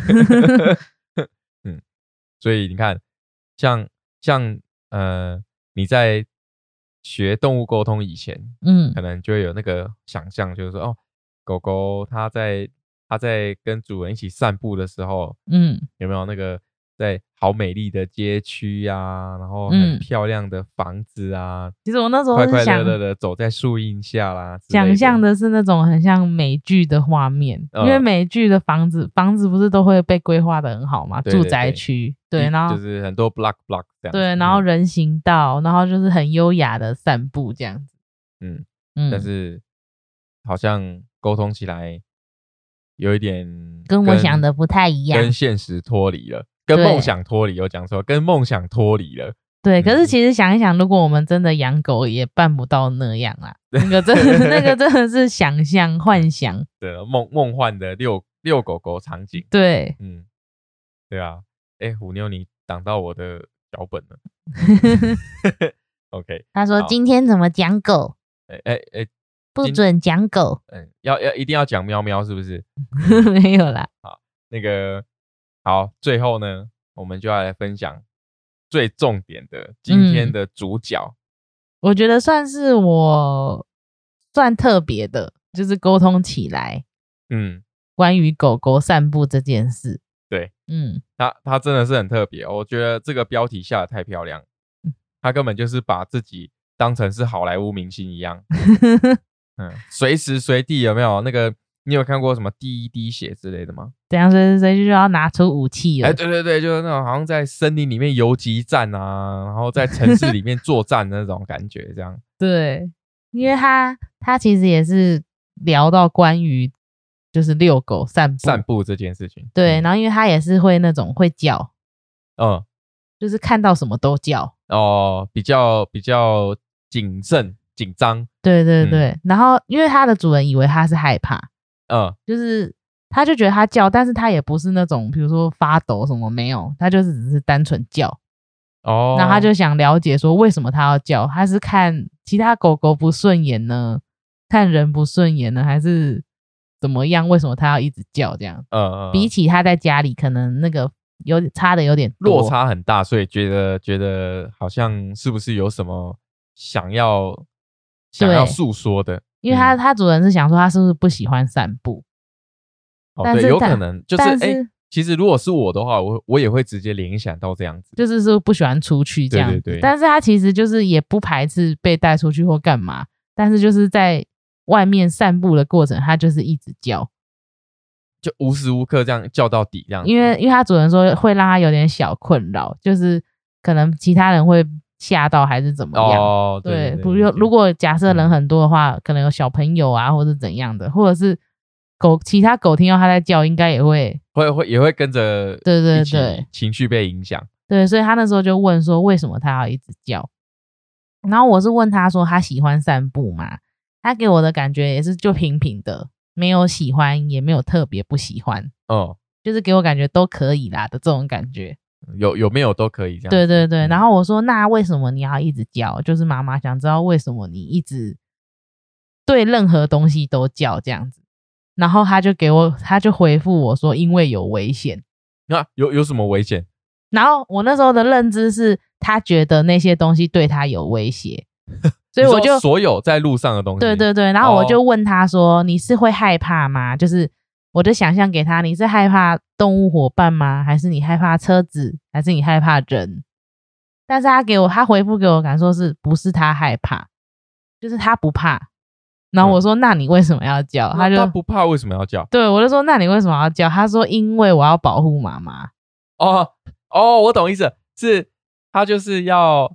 所以你看，像你在学动物沟通以前，可能就会有那个想象，就是说，狗狗它在跟主人一起散步的时候，有没有那个在好美丽的街区啊，然后很漂亮的房子啊？ 其实我那时候快快乐乐的走在树荫下啦， 想象的是那种很像美剧的画面，因为美剧的房子不是都会被规划的很好嘛，住宅区，对，然后就是很多 block 这样， 对，然后人行道，然后就是很优雅的散步这样子， 但是好像沟通起来有一点跟我想的不太一样， 跟现实脱离了，跟梦想脱离，我讲错，跟梦想脱离了。 对，可是其实想一想，如果我们真的养狗，也办不到那样啦。那个真的是想象幻想， 对，梦幻的遛狗狗场景。 对， 对啊，虎妞你挡到我的脚本了。OK， 他说今天怎么讲狗？不准讲狗。 一定要讲喵喵，是不是？ 没有啦。 好，最后呢，我们就要来分享最重点的今天的主角。 我觉得算是我算特别的，就是沟通起来，关于狗狗散步这件事。 对，他真的是很特别，我觉得这个标题下得太漂亮，他根本就是把自己当成是好莱坞明星一样。随时随地有没有那个？你有看过什么第一滴血之类的吗？ 怎样随时随地就要拿出武器了？ 对对对，就是那种好像在森林里面游击战啊，然后在城市里面作战的那种感觉，这样。 对，因为他其实也是聊到关于就是遛狗散步这件事情。 对，然后因为他也是会那种会叫，就是看到什么都叫。 比较谨慎紧张。 对对对，然后因为他的主人以为他是害怕。就是他就觉得他叫，但是他也不是那种比如说发抖什么没有，他就是只是单纯叫。 哦， 然后他就想了解说为什么他要叫，他是看其他狗狗不顺眼呢，看人不顺眼呢，还是怎么样？为什么他要一直叫这样？比起他在家里可能那个差的有点多落差很大，所以觉得好像是不是有什么想要诉说的？ 因为他主人是想说他是不是不喜欢散步？ 但是对，有可能就是其实如果是我的话，我也会直接联想到这样子， 就是说不喜欢出去这样子。对，但是他其实就是也不排斥被带出去或干嘛，但是就是在外面散步的过程，他就是一直叫， 就无时无刻这样叫到底这样子。 因为他主人说会让他有点小困扰，就是可能其他人会吓到还是怎么样。 哦，对， 如果假设人很多的话，可能有小朋友啊，或者怎样的，或者是其他狗听到他在叫，应该也会跟着对情绪被影响。 对，所以他那时候就问说为什么他要一直叫，然后我是问他说他喜欢散步吗？他给我的感觉也是就平平的，没有喜欢也没有特别不喜欢，就是给我感觉都可以啦的这种感觉， 有没有都可以这样。 对，然后我说那为什么你要一直叫？就是妈妈想知道为什么你一直对任何东西都叫这样子。然后他就回复我说因为有危险。 那有什么危险？ 然后我那时候的认知是他觉得那些东西对他有威胁，所以我就所有在路上的东西。 对，然后我就问他说你是会害怕吗？就是我就想象给他，你是害怕动物伙伴吗？还是你害怕车子？还是你害怕人？但是他回复给我感受是不是他害怕，就是他不怕。然后我说那你为什么要叫？他不怕为什么要叫？ 对，我就说那你为什么要叫？他说因为我要保护妈妈。 我懂意思，是他就是要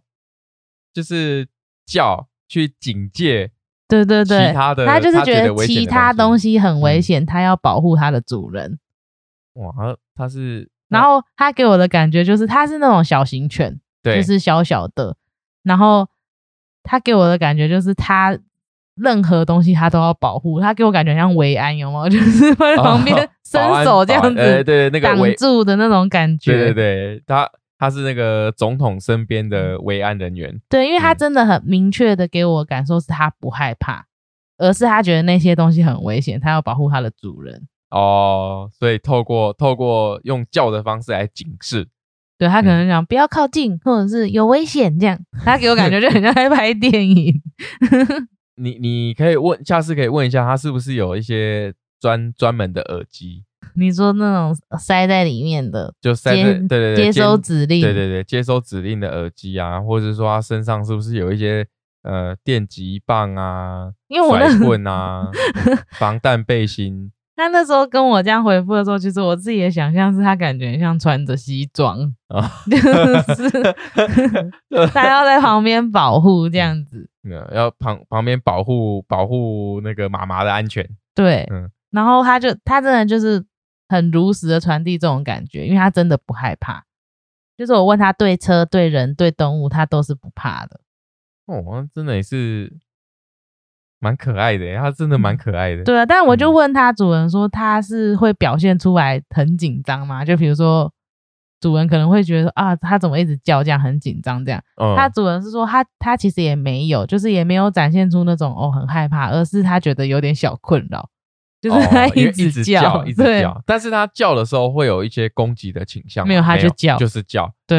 叫去警戒。 对， 其他的他就是觉得其他东西很危险，他要保护他的主人。 哇，他是， 然后他给我的感觉就是他是那种小型犬，就是小小的，然后他给我的感觉就是他任何东西他都要保护，他给我感觉像维安，有没有？就是在旁边伸手这样子， 对，那个挡住的那种感觉。 对，他是那个总统身边的维安人员。 对，因为他真的很明确的给我感受是他不害怕，而是他觉得那些东西很危险，他要保护他的主人。 所以透过用叫的方式来警示。 对，他可能讲不要靠近，或者是有危险这样，他给我感觉就很像在拍电影。 你可以下次可以问一下他是不是有一些专门的耳机。 你说那种塞在里面的， 就塞在对接收指令， 对接收指令的耳机啊，或者是说他身上是不是有一些电击棒啊、甩棍啊、防弹背心。 他那时候跟我这样回复的时候，其实我自己的想象是他感觉像穿着西装，就是他要在旁边保护这样子， 要旁边保护那个妈妈的安全。 对，然后他真的就是很如实的传递这种感觉，因为他真的不害怕，就是我问他对车、对人、对动物，他都是不怕的。 真的也是蛮可爱的，他真的蛮可爱的。 对啊，但我就问他主人说他是会表现出来很紧张吗？就比如说主人可能会觉得啊，他怎么一直叫这样很紧张这样。他主人是说他其实也没有，就是也没有展现出那种很害怕，而是他觉得有点小困扰，就是他一直叫， 一直叫，但是他叫的时候会有一些攻击的倾向吗？ 没有，他就叫， 就是叫。 对，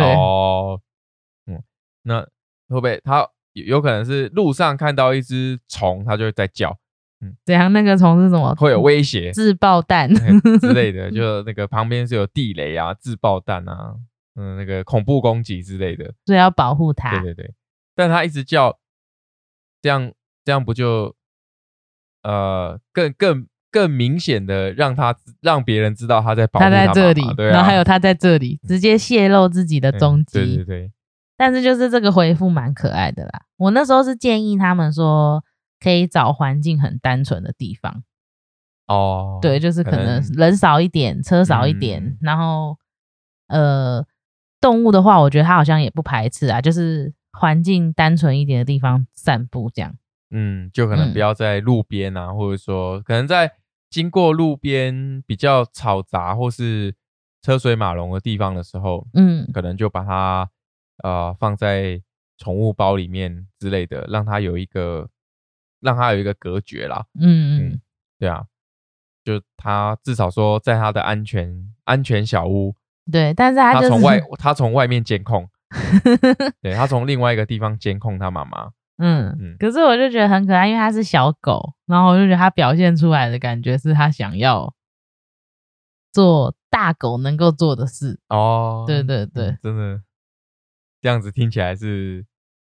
那会不会他有可能是路上看到一只虫，他就会在叫？ 怎样？那个虫是什么？ 会有威胁， 自爆弹之类的，就那个旁边是有地雷啊、自爆弹啊，那个恐怖攻击之类的， 所以要保护它。 对，但他一直叫，这样不就更明显的让别人知道他在保护他在这里， 对啊， 然后还有他在这里，直接泄露自己的踪迹。 对。 但是就是这个回复蛮可爱的啦。我那时候是建议他们说，可以找环境很单纯的地方。对，就是可能人少一点，车少一点，然后动物的话，我觉得他好像也不排斥啊，就是环境单纯一点的地方散步这样。 就可能不要在路边啊，或者说可能在经过路边比较嘈杂或是车水马龙的地方的时候，可能就把它放在宠物包里面之类的，让它有一个隔绝啦。 嗯， 对啊，就它至少说在它的安全小屋， 对，但是他就是它从外面监控，对，它从另外一个地方监控它妈妈。 可是我就觉得很可爱，因为它是小狗，然后我就觉得它表现出来的感觉是它想要做大狗能够做的事。 哦， 对， 真的这样子听起来是，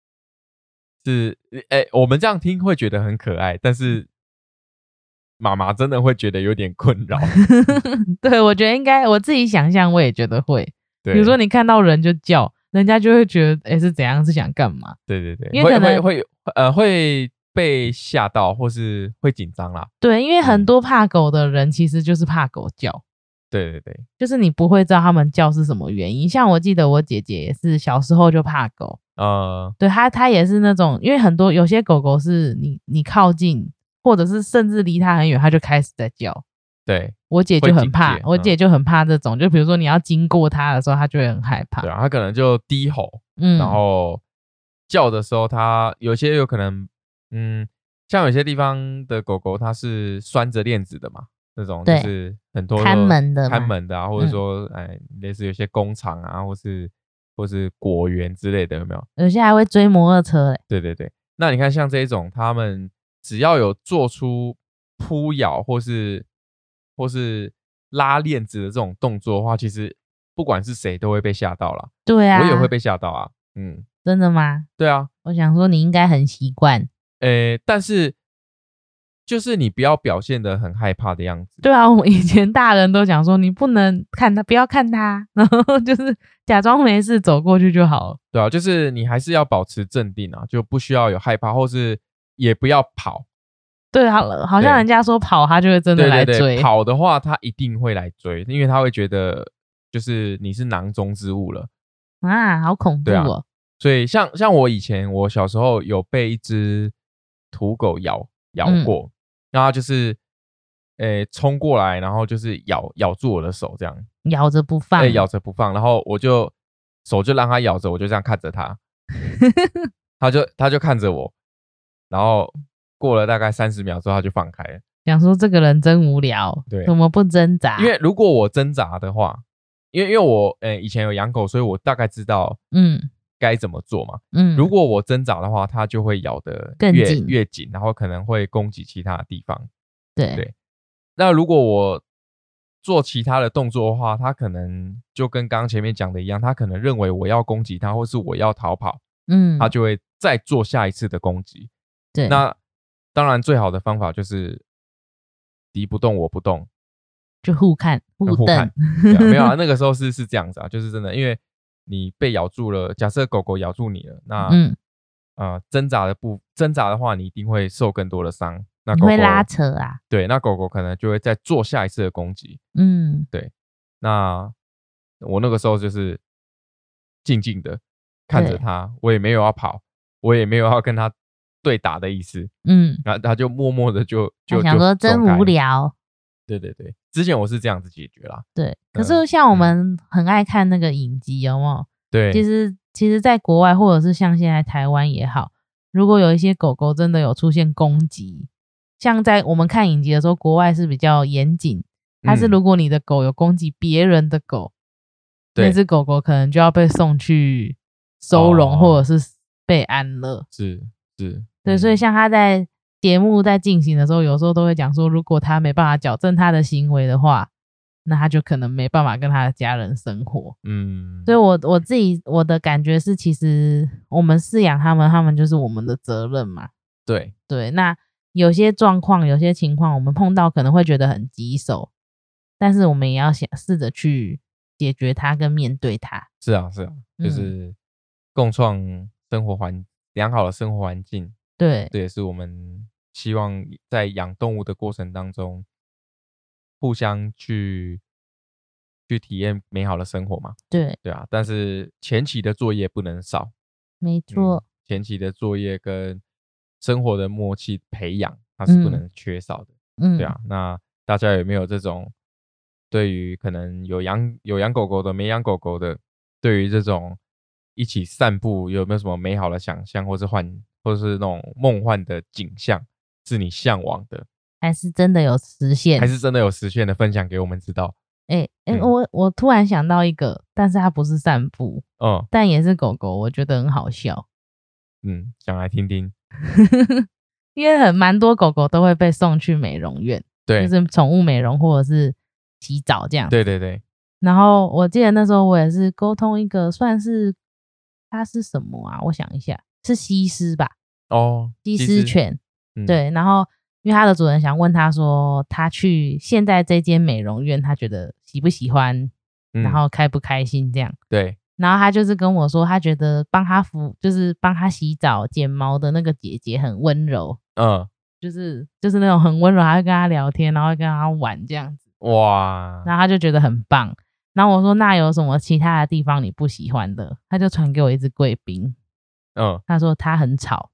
我们这样听会觉得很可爱，但是妈妈真的会觉得有点困扰。 对，我觉得应该我自己想象，我也觉得会。比如说对你看到人就叫，人家就会觉得，是怎样，是想干嘛？ 对， 因为可能会被吓到，或是会紧张啦。 对，因为很多怕狗的人其实就是怕狗叫。 对， 就是你不会知道他们叫是什么原因。像我记得我姐姐也是小时候就怕狗，对，她也是那种，因为有些狗狗是你靠近，或者是甚至离它很远，它就开始在叫。 对， 我姐就很怕， 会警戒我姐就很怕这种，就比如说你要经过它的时候，它就会很害怕。 对啊，它可能就低吼，然后叫的时候，它有些有可能，像有些地方的狗狗它是拴着链子的嘛，那种就是很多看门的啊，或者说类似有些工厂啊，或是果园之类的，有没有？ 有些还会追摩托车嘞。 对，那你看像这一种，他们只要有做出扑咬或是拉链子的这种动作的话，其实不管是谁都会被吓到啦。 对啊， 我也会被吓到啊。 真的吗？ 对啊。 我想说你应该很习惯。 但是就是你不要表现得很害怕的样子。 对啊，我以前大人都讲说你不能看他，不要看他，然后就是假装没事走过去就好了。 对啊，就是你还是要保持镇定啊，就不需要有害怕，或是也不要跑。 对，好像人家说跑他就会真的来追。 对，跑的话他一定会来追，因为他会觉得就是你是囊中之物了啊，好恐怖哦。 所以像我以前我小时候有被一只土狗咬过，然后它就是冲过来，然后就是咬住我的手这样， 咬着不放。 咬着不放，然后我就手就让它咬着，我就这样看着它，它就看着我，然后过了大概30秒之后它就放开了。 想说这个人真无聊， 对， 怎么不挣扎？ 因为如果我挣扎的话，因为我以前有养狗，所以我大概知道该怎么做嘛。如果我挣扎的话，它就会咬得越紧，然后可能会攻击其他的地方。对，那如果我做其他的动作的话，它可能就跟刚刚前面讲的一样，它可能认为我要攻击它，或是我要逃跑，它就会再做下一次的攻击。 对， 那当然最好的方法就是敌不动我不动， 就互看互瞪。 没有啊，那个时候是这样子啊，就是真的，因为你被咬住了，假设狗狗咬住你了，那挣扎的话，你一定会受更多的伤。那狗狗你会拉扯啊？ 对，那狗狗可能就会再做下一次的攻击。对。那我那个时候就是静静的看着它，我也没有要跑，我也没有要跟它对打的意思。然后它就默默的就想说真无聊。 对，之前我是这样子解决啦。 对，可是像我们很爱看那个影集，有没有？ 对， 其实在国外或者是像现在台湾也好，如果有一些狗狗真的有出现攻击，像在我们看影集的时候，国外是比较严谨，它是如果你的狗有攻击别人的狗，那只狗狗可能就要被送去收容或者是被安乐。 是， 对，所以像他在节目在进行的时候，有时候都会讲说，如果他没办法矫正他的行为的话，那他就可能没办法跟他的家人生活。所以我的感觉是，其实我们饲养他们就是我们的责任嘛。对，那有些状况、有些情况，我们碰到可能会觉得很棘手，但是我们也要试着去解决它跟面对它。 是啊，就是共创良好的生活环境。 对， 这也是我们希望在养动物的过程当中，互相去体验美好的生活嘛。 对啊，但是前期的作业不能少。 没错， 前期的作业跟生活的默契培养，它是不能缺少的。对啊，那大家有没有这种对于可能有养狗狗的、没养狗狗的，对于这种一起散步，有没有什么美好的想象，或是那种梦幻的景象是你向往的， 还是真的有实现？ 还是真的有实现的，分享给我们知道。 我突然想到一个，但是它不是散步，但也是狗狗，我觉得很好笑。 想来听听。 因为蛮多狗狗都会被送去美容院， 对， 就是宠物美容或者是洗澡这样。 对对对。 然后我记得那时候我也是沟通一个，算是它是什么啊？我想一下，是西施吧？西施犬。对，然后因为它的主人想问他说，他去现在这间美容院，他觉得喜不喜欢，然后开不开心这样。 对。 然后他就是跟我说，他觉得就是帮他洗澡剪毛的那个姐姐很温柔，就是那种很温柔，还会跟他聊天，然后会跟他玩这样子。哇！然后他就觉得很棒。然后我说，那有什么其他的地方你不喜欢的？他就传给我一只贵宾。他说他很吵。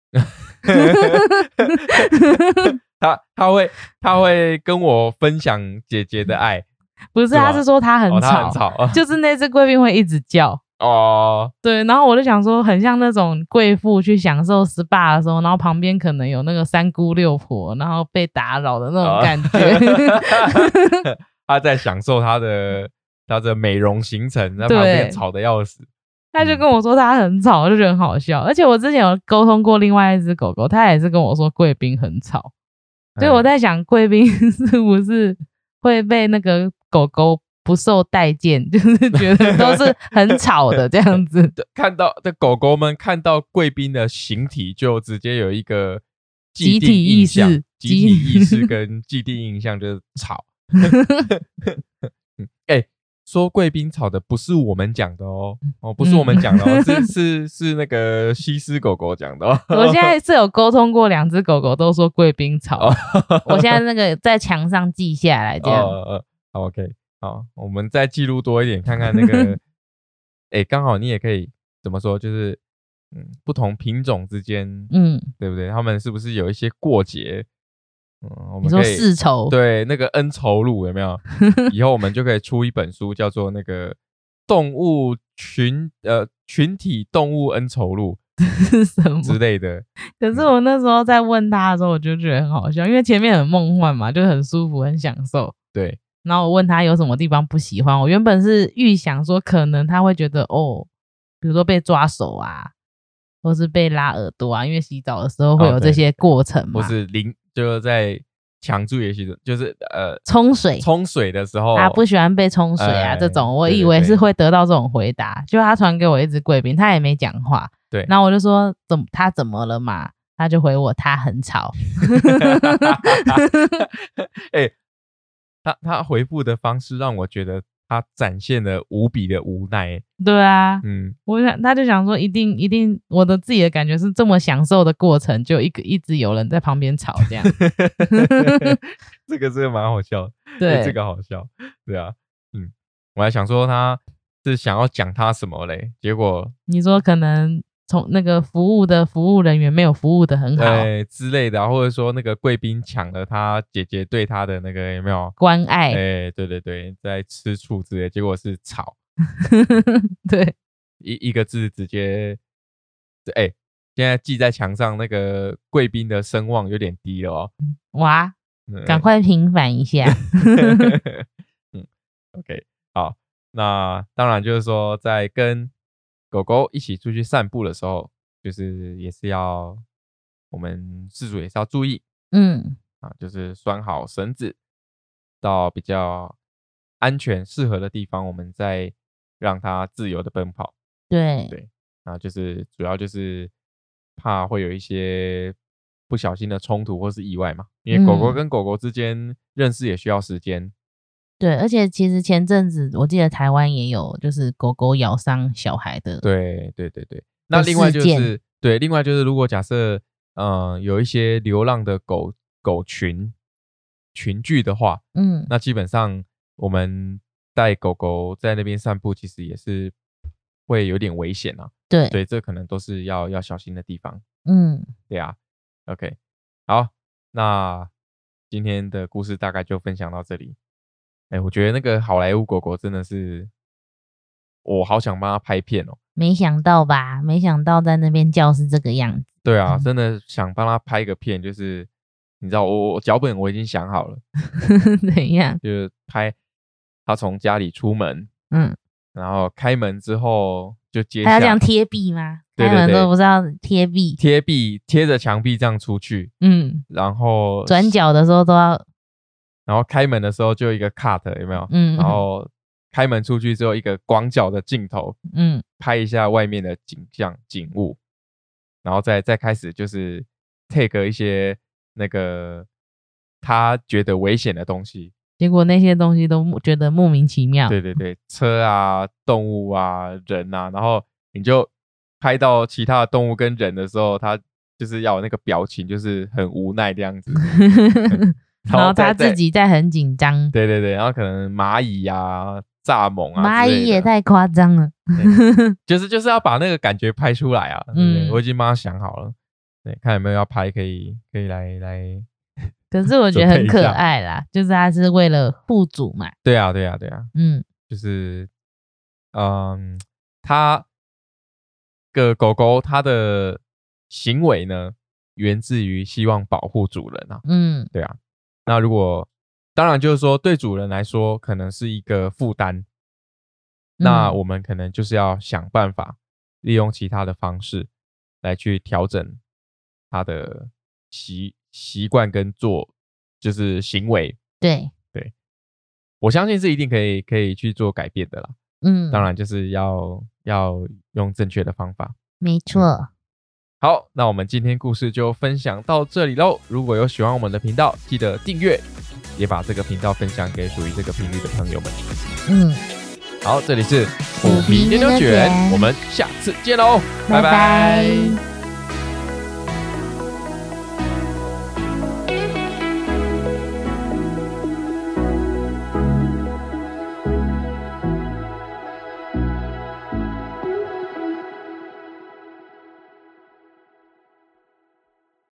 他会跟我分享姐姐的爱。 不是，他是说他很吵， 他很吵， 就是那只贵宾会一直叫。对，然后我就想说，很像那种贵妇去享受 SPA 的时候，然后旁边可能有那个三姑六婆，然后被打扰的那种感觉。 他在享受他的美容行程，在旁边吵得要死。 他就跟我说他很吵，我就觉得很好笑。而且我之前有沟通过另外一只狗狗，他也是跟我说贵宾很吵。所以我在想，贵宾是不是会被那个狗狗不受待见，就是觉得都是很吵的这样子。 看到的狗狗们看到贵宾的形体，就直接有一个集体意识跟既定印象就是吵。说贵宾吵的不是我们讲的不是我们讲的是那个西施狗狗讲的我现在是有沟通过2只狗狗，都说贵宾吵。我现在那个在墙上记下来，这样。 OK， 好，我们再记录多一点，看看那个。刚好你也可以怎么说，就是不同品种之间，对不对？他们是不是有一些过节？我们可以， 你说世仇？ 对，那个恩仇录有没有？以后我们就可以出一本书，叫做那个动物群体动物恩仇录是什么之类的。 可是我那时候在问他的时候，我就觉得很好笑，因为前面很梦幻嘛，就很舒服，很享受。 对。 然后我问他有什么地方不喜欢，我原本是预想说，可能他会觉得比如说被抓手啊，或是被拉耳朵啊，因为洗澡的时候会有这些过程嘛， 或是就是在强注也洗澡，就是冲水的时候， 他不喜欢被冲水啊，这种我以为是会得到这种回答，就他传给我一只贵宾，他也没讲话。 对， 然后我就说他怎么了嘛？他就回我他很吵。 他回复的方式让我觉得他展现了无比的无奈。 对啊，他就想说一定我的自己的感觉是这么享受的过程，就一直有人在旁边吵这样。 这个蛮好笑的。 对， 这个好笑。对啊，我还想说他是想要讲他什么嘞，结果你说可能从那个服务人员没有服务的很好， 之类的，或者说那个贵宾抢了他姐姐对他的那个有没有关爱？ 对对对，在吃醋之类，结果是吵。 对， 一个字直接，现在记在墙上，那个贵宾的声望有点低了哇，赶快平反一下。 OK， 好，那当然就是说在跟狗狗一起出去散步的时候，就是也是要我们饲主也是要注意，就是拴好绳子，到比较安全适合的地方，我们再让它自由的奔跑。 对， 然后就是主要就是怕会有一些不小心的冲突或是意外嘛，因为狗狗跟狗狗之间认识也需要时间。 对，而且其实前阵子我记得台湾也有就是狗狗咬伤小孩的。 对对对对，那另外就是如果假设有一些流浪的狗群聚的话，那基本上我们带狗狗在那边散步，其实也是会有点危险啊。 对， 所以这可能都是要小心的地方。对啊。OK， 好，那今天的故事大概就分享到这里。我觉得那个好莱坞狗狗真的是，我好想帮他拍片哦。 没想到吧？没想到在那边叫是这个样子。 对啊，真的想帮他拍一个片，就是你知道我脚本我已经想好了， 怎样？ 就是拍他从家里出门， 嗯， 然后开门之后就接还要这样下贴壁吗？ 对对开门对都不是要贴壁， 贴着墙壁这样出去，然后转角的时候都要， 然后开门的时候就一个 cut 有没有？然后开门出去之后一个广角的镜头，拍一下外面的景象景物，然后再开始就是 take 一些那个他觉得危险的东西， 结果那些东西都觉得莫名其妙。 对对对，车啊、动物啊、人啊，然后你就拍到其他的动物跟人的时候，他就是要有那个表情，就是很无奈这样子。 然后他自己在很紧张。 对对对，然后可能蚂蚁啊、蚱蜢啊， 蚂蚁也太夸张了。 就是要把那个感觉拍出来啊。我已经帮他想好了，对，看有没有要拍，可以来。 可是我觉得很可爱啦，就是他是为了护主嘛。 对啊，对啊，对啊。就是他个狗狗它的行为呢，源自于希望保护主人啊。对啊。那如果当然就是说对主人来说可能是一个负担，那我们可能就是要想办法利用其他的方式来去调整它的习惯跟就是行为。 对， 我相信是一定可以去做改变的啦。当然就是要用正确的方法。 没错。 好，那我们今天故事就分享到这里咯。如果有喜欢我们的频道，记得订阅，也把这个频道分享给属于这个频率的朋友们。好，这里是虎皮牛牛卷，我们下次见咯，拜拜。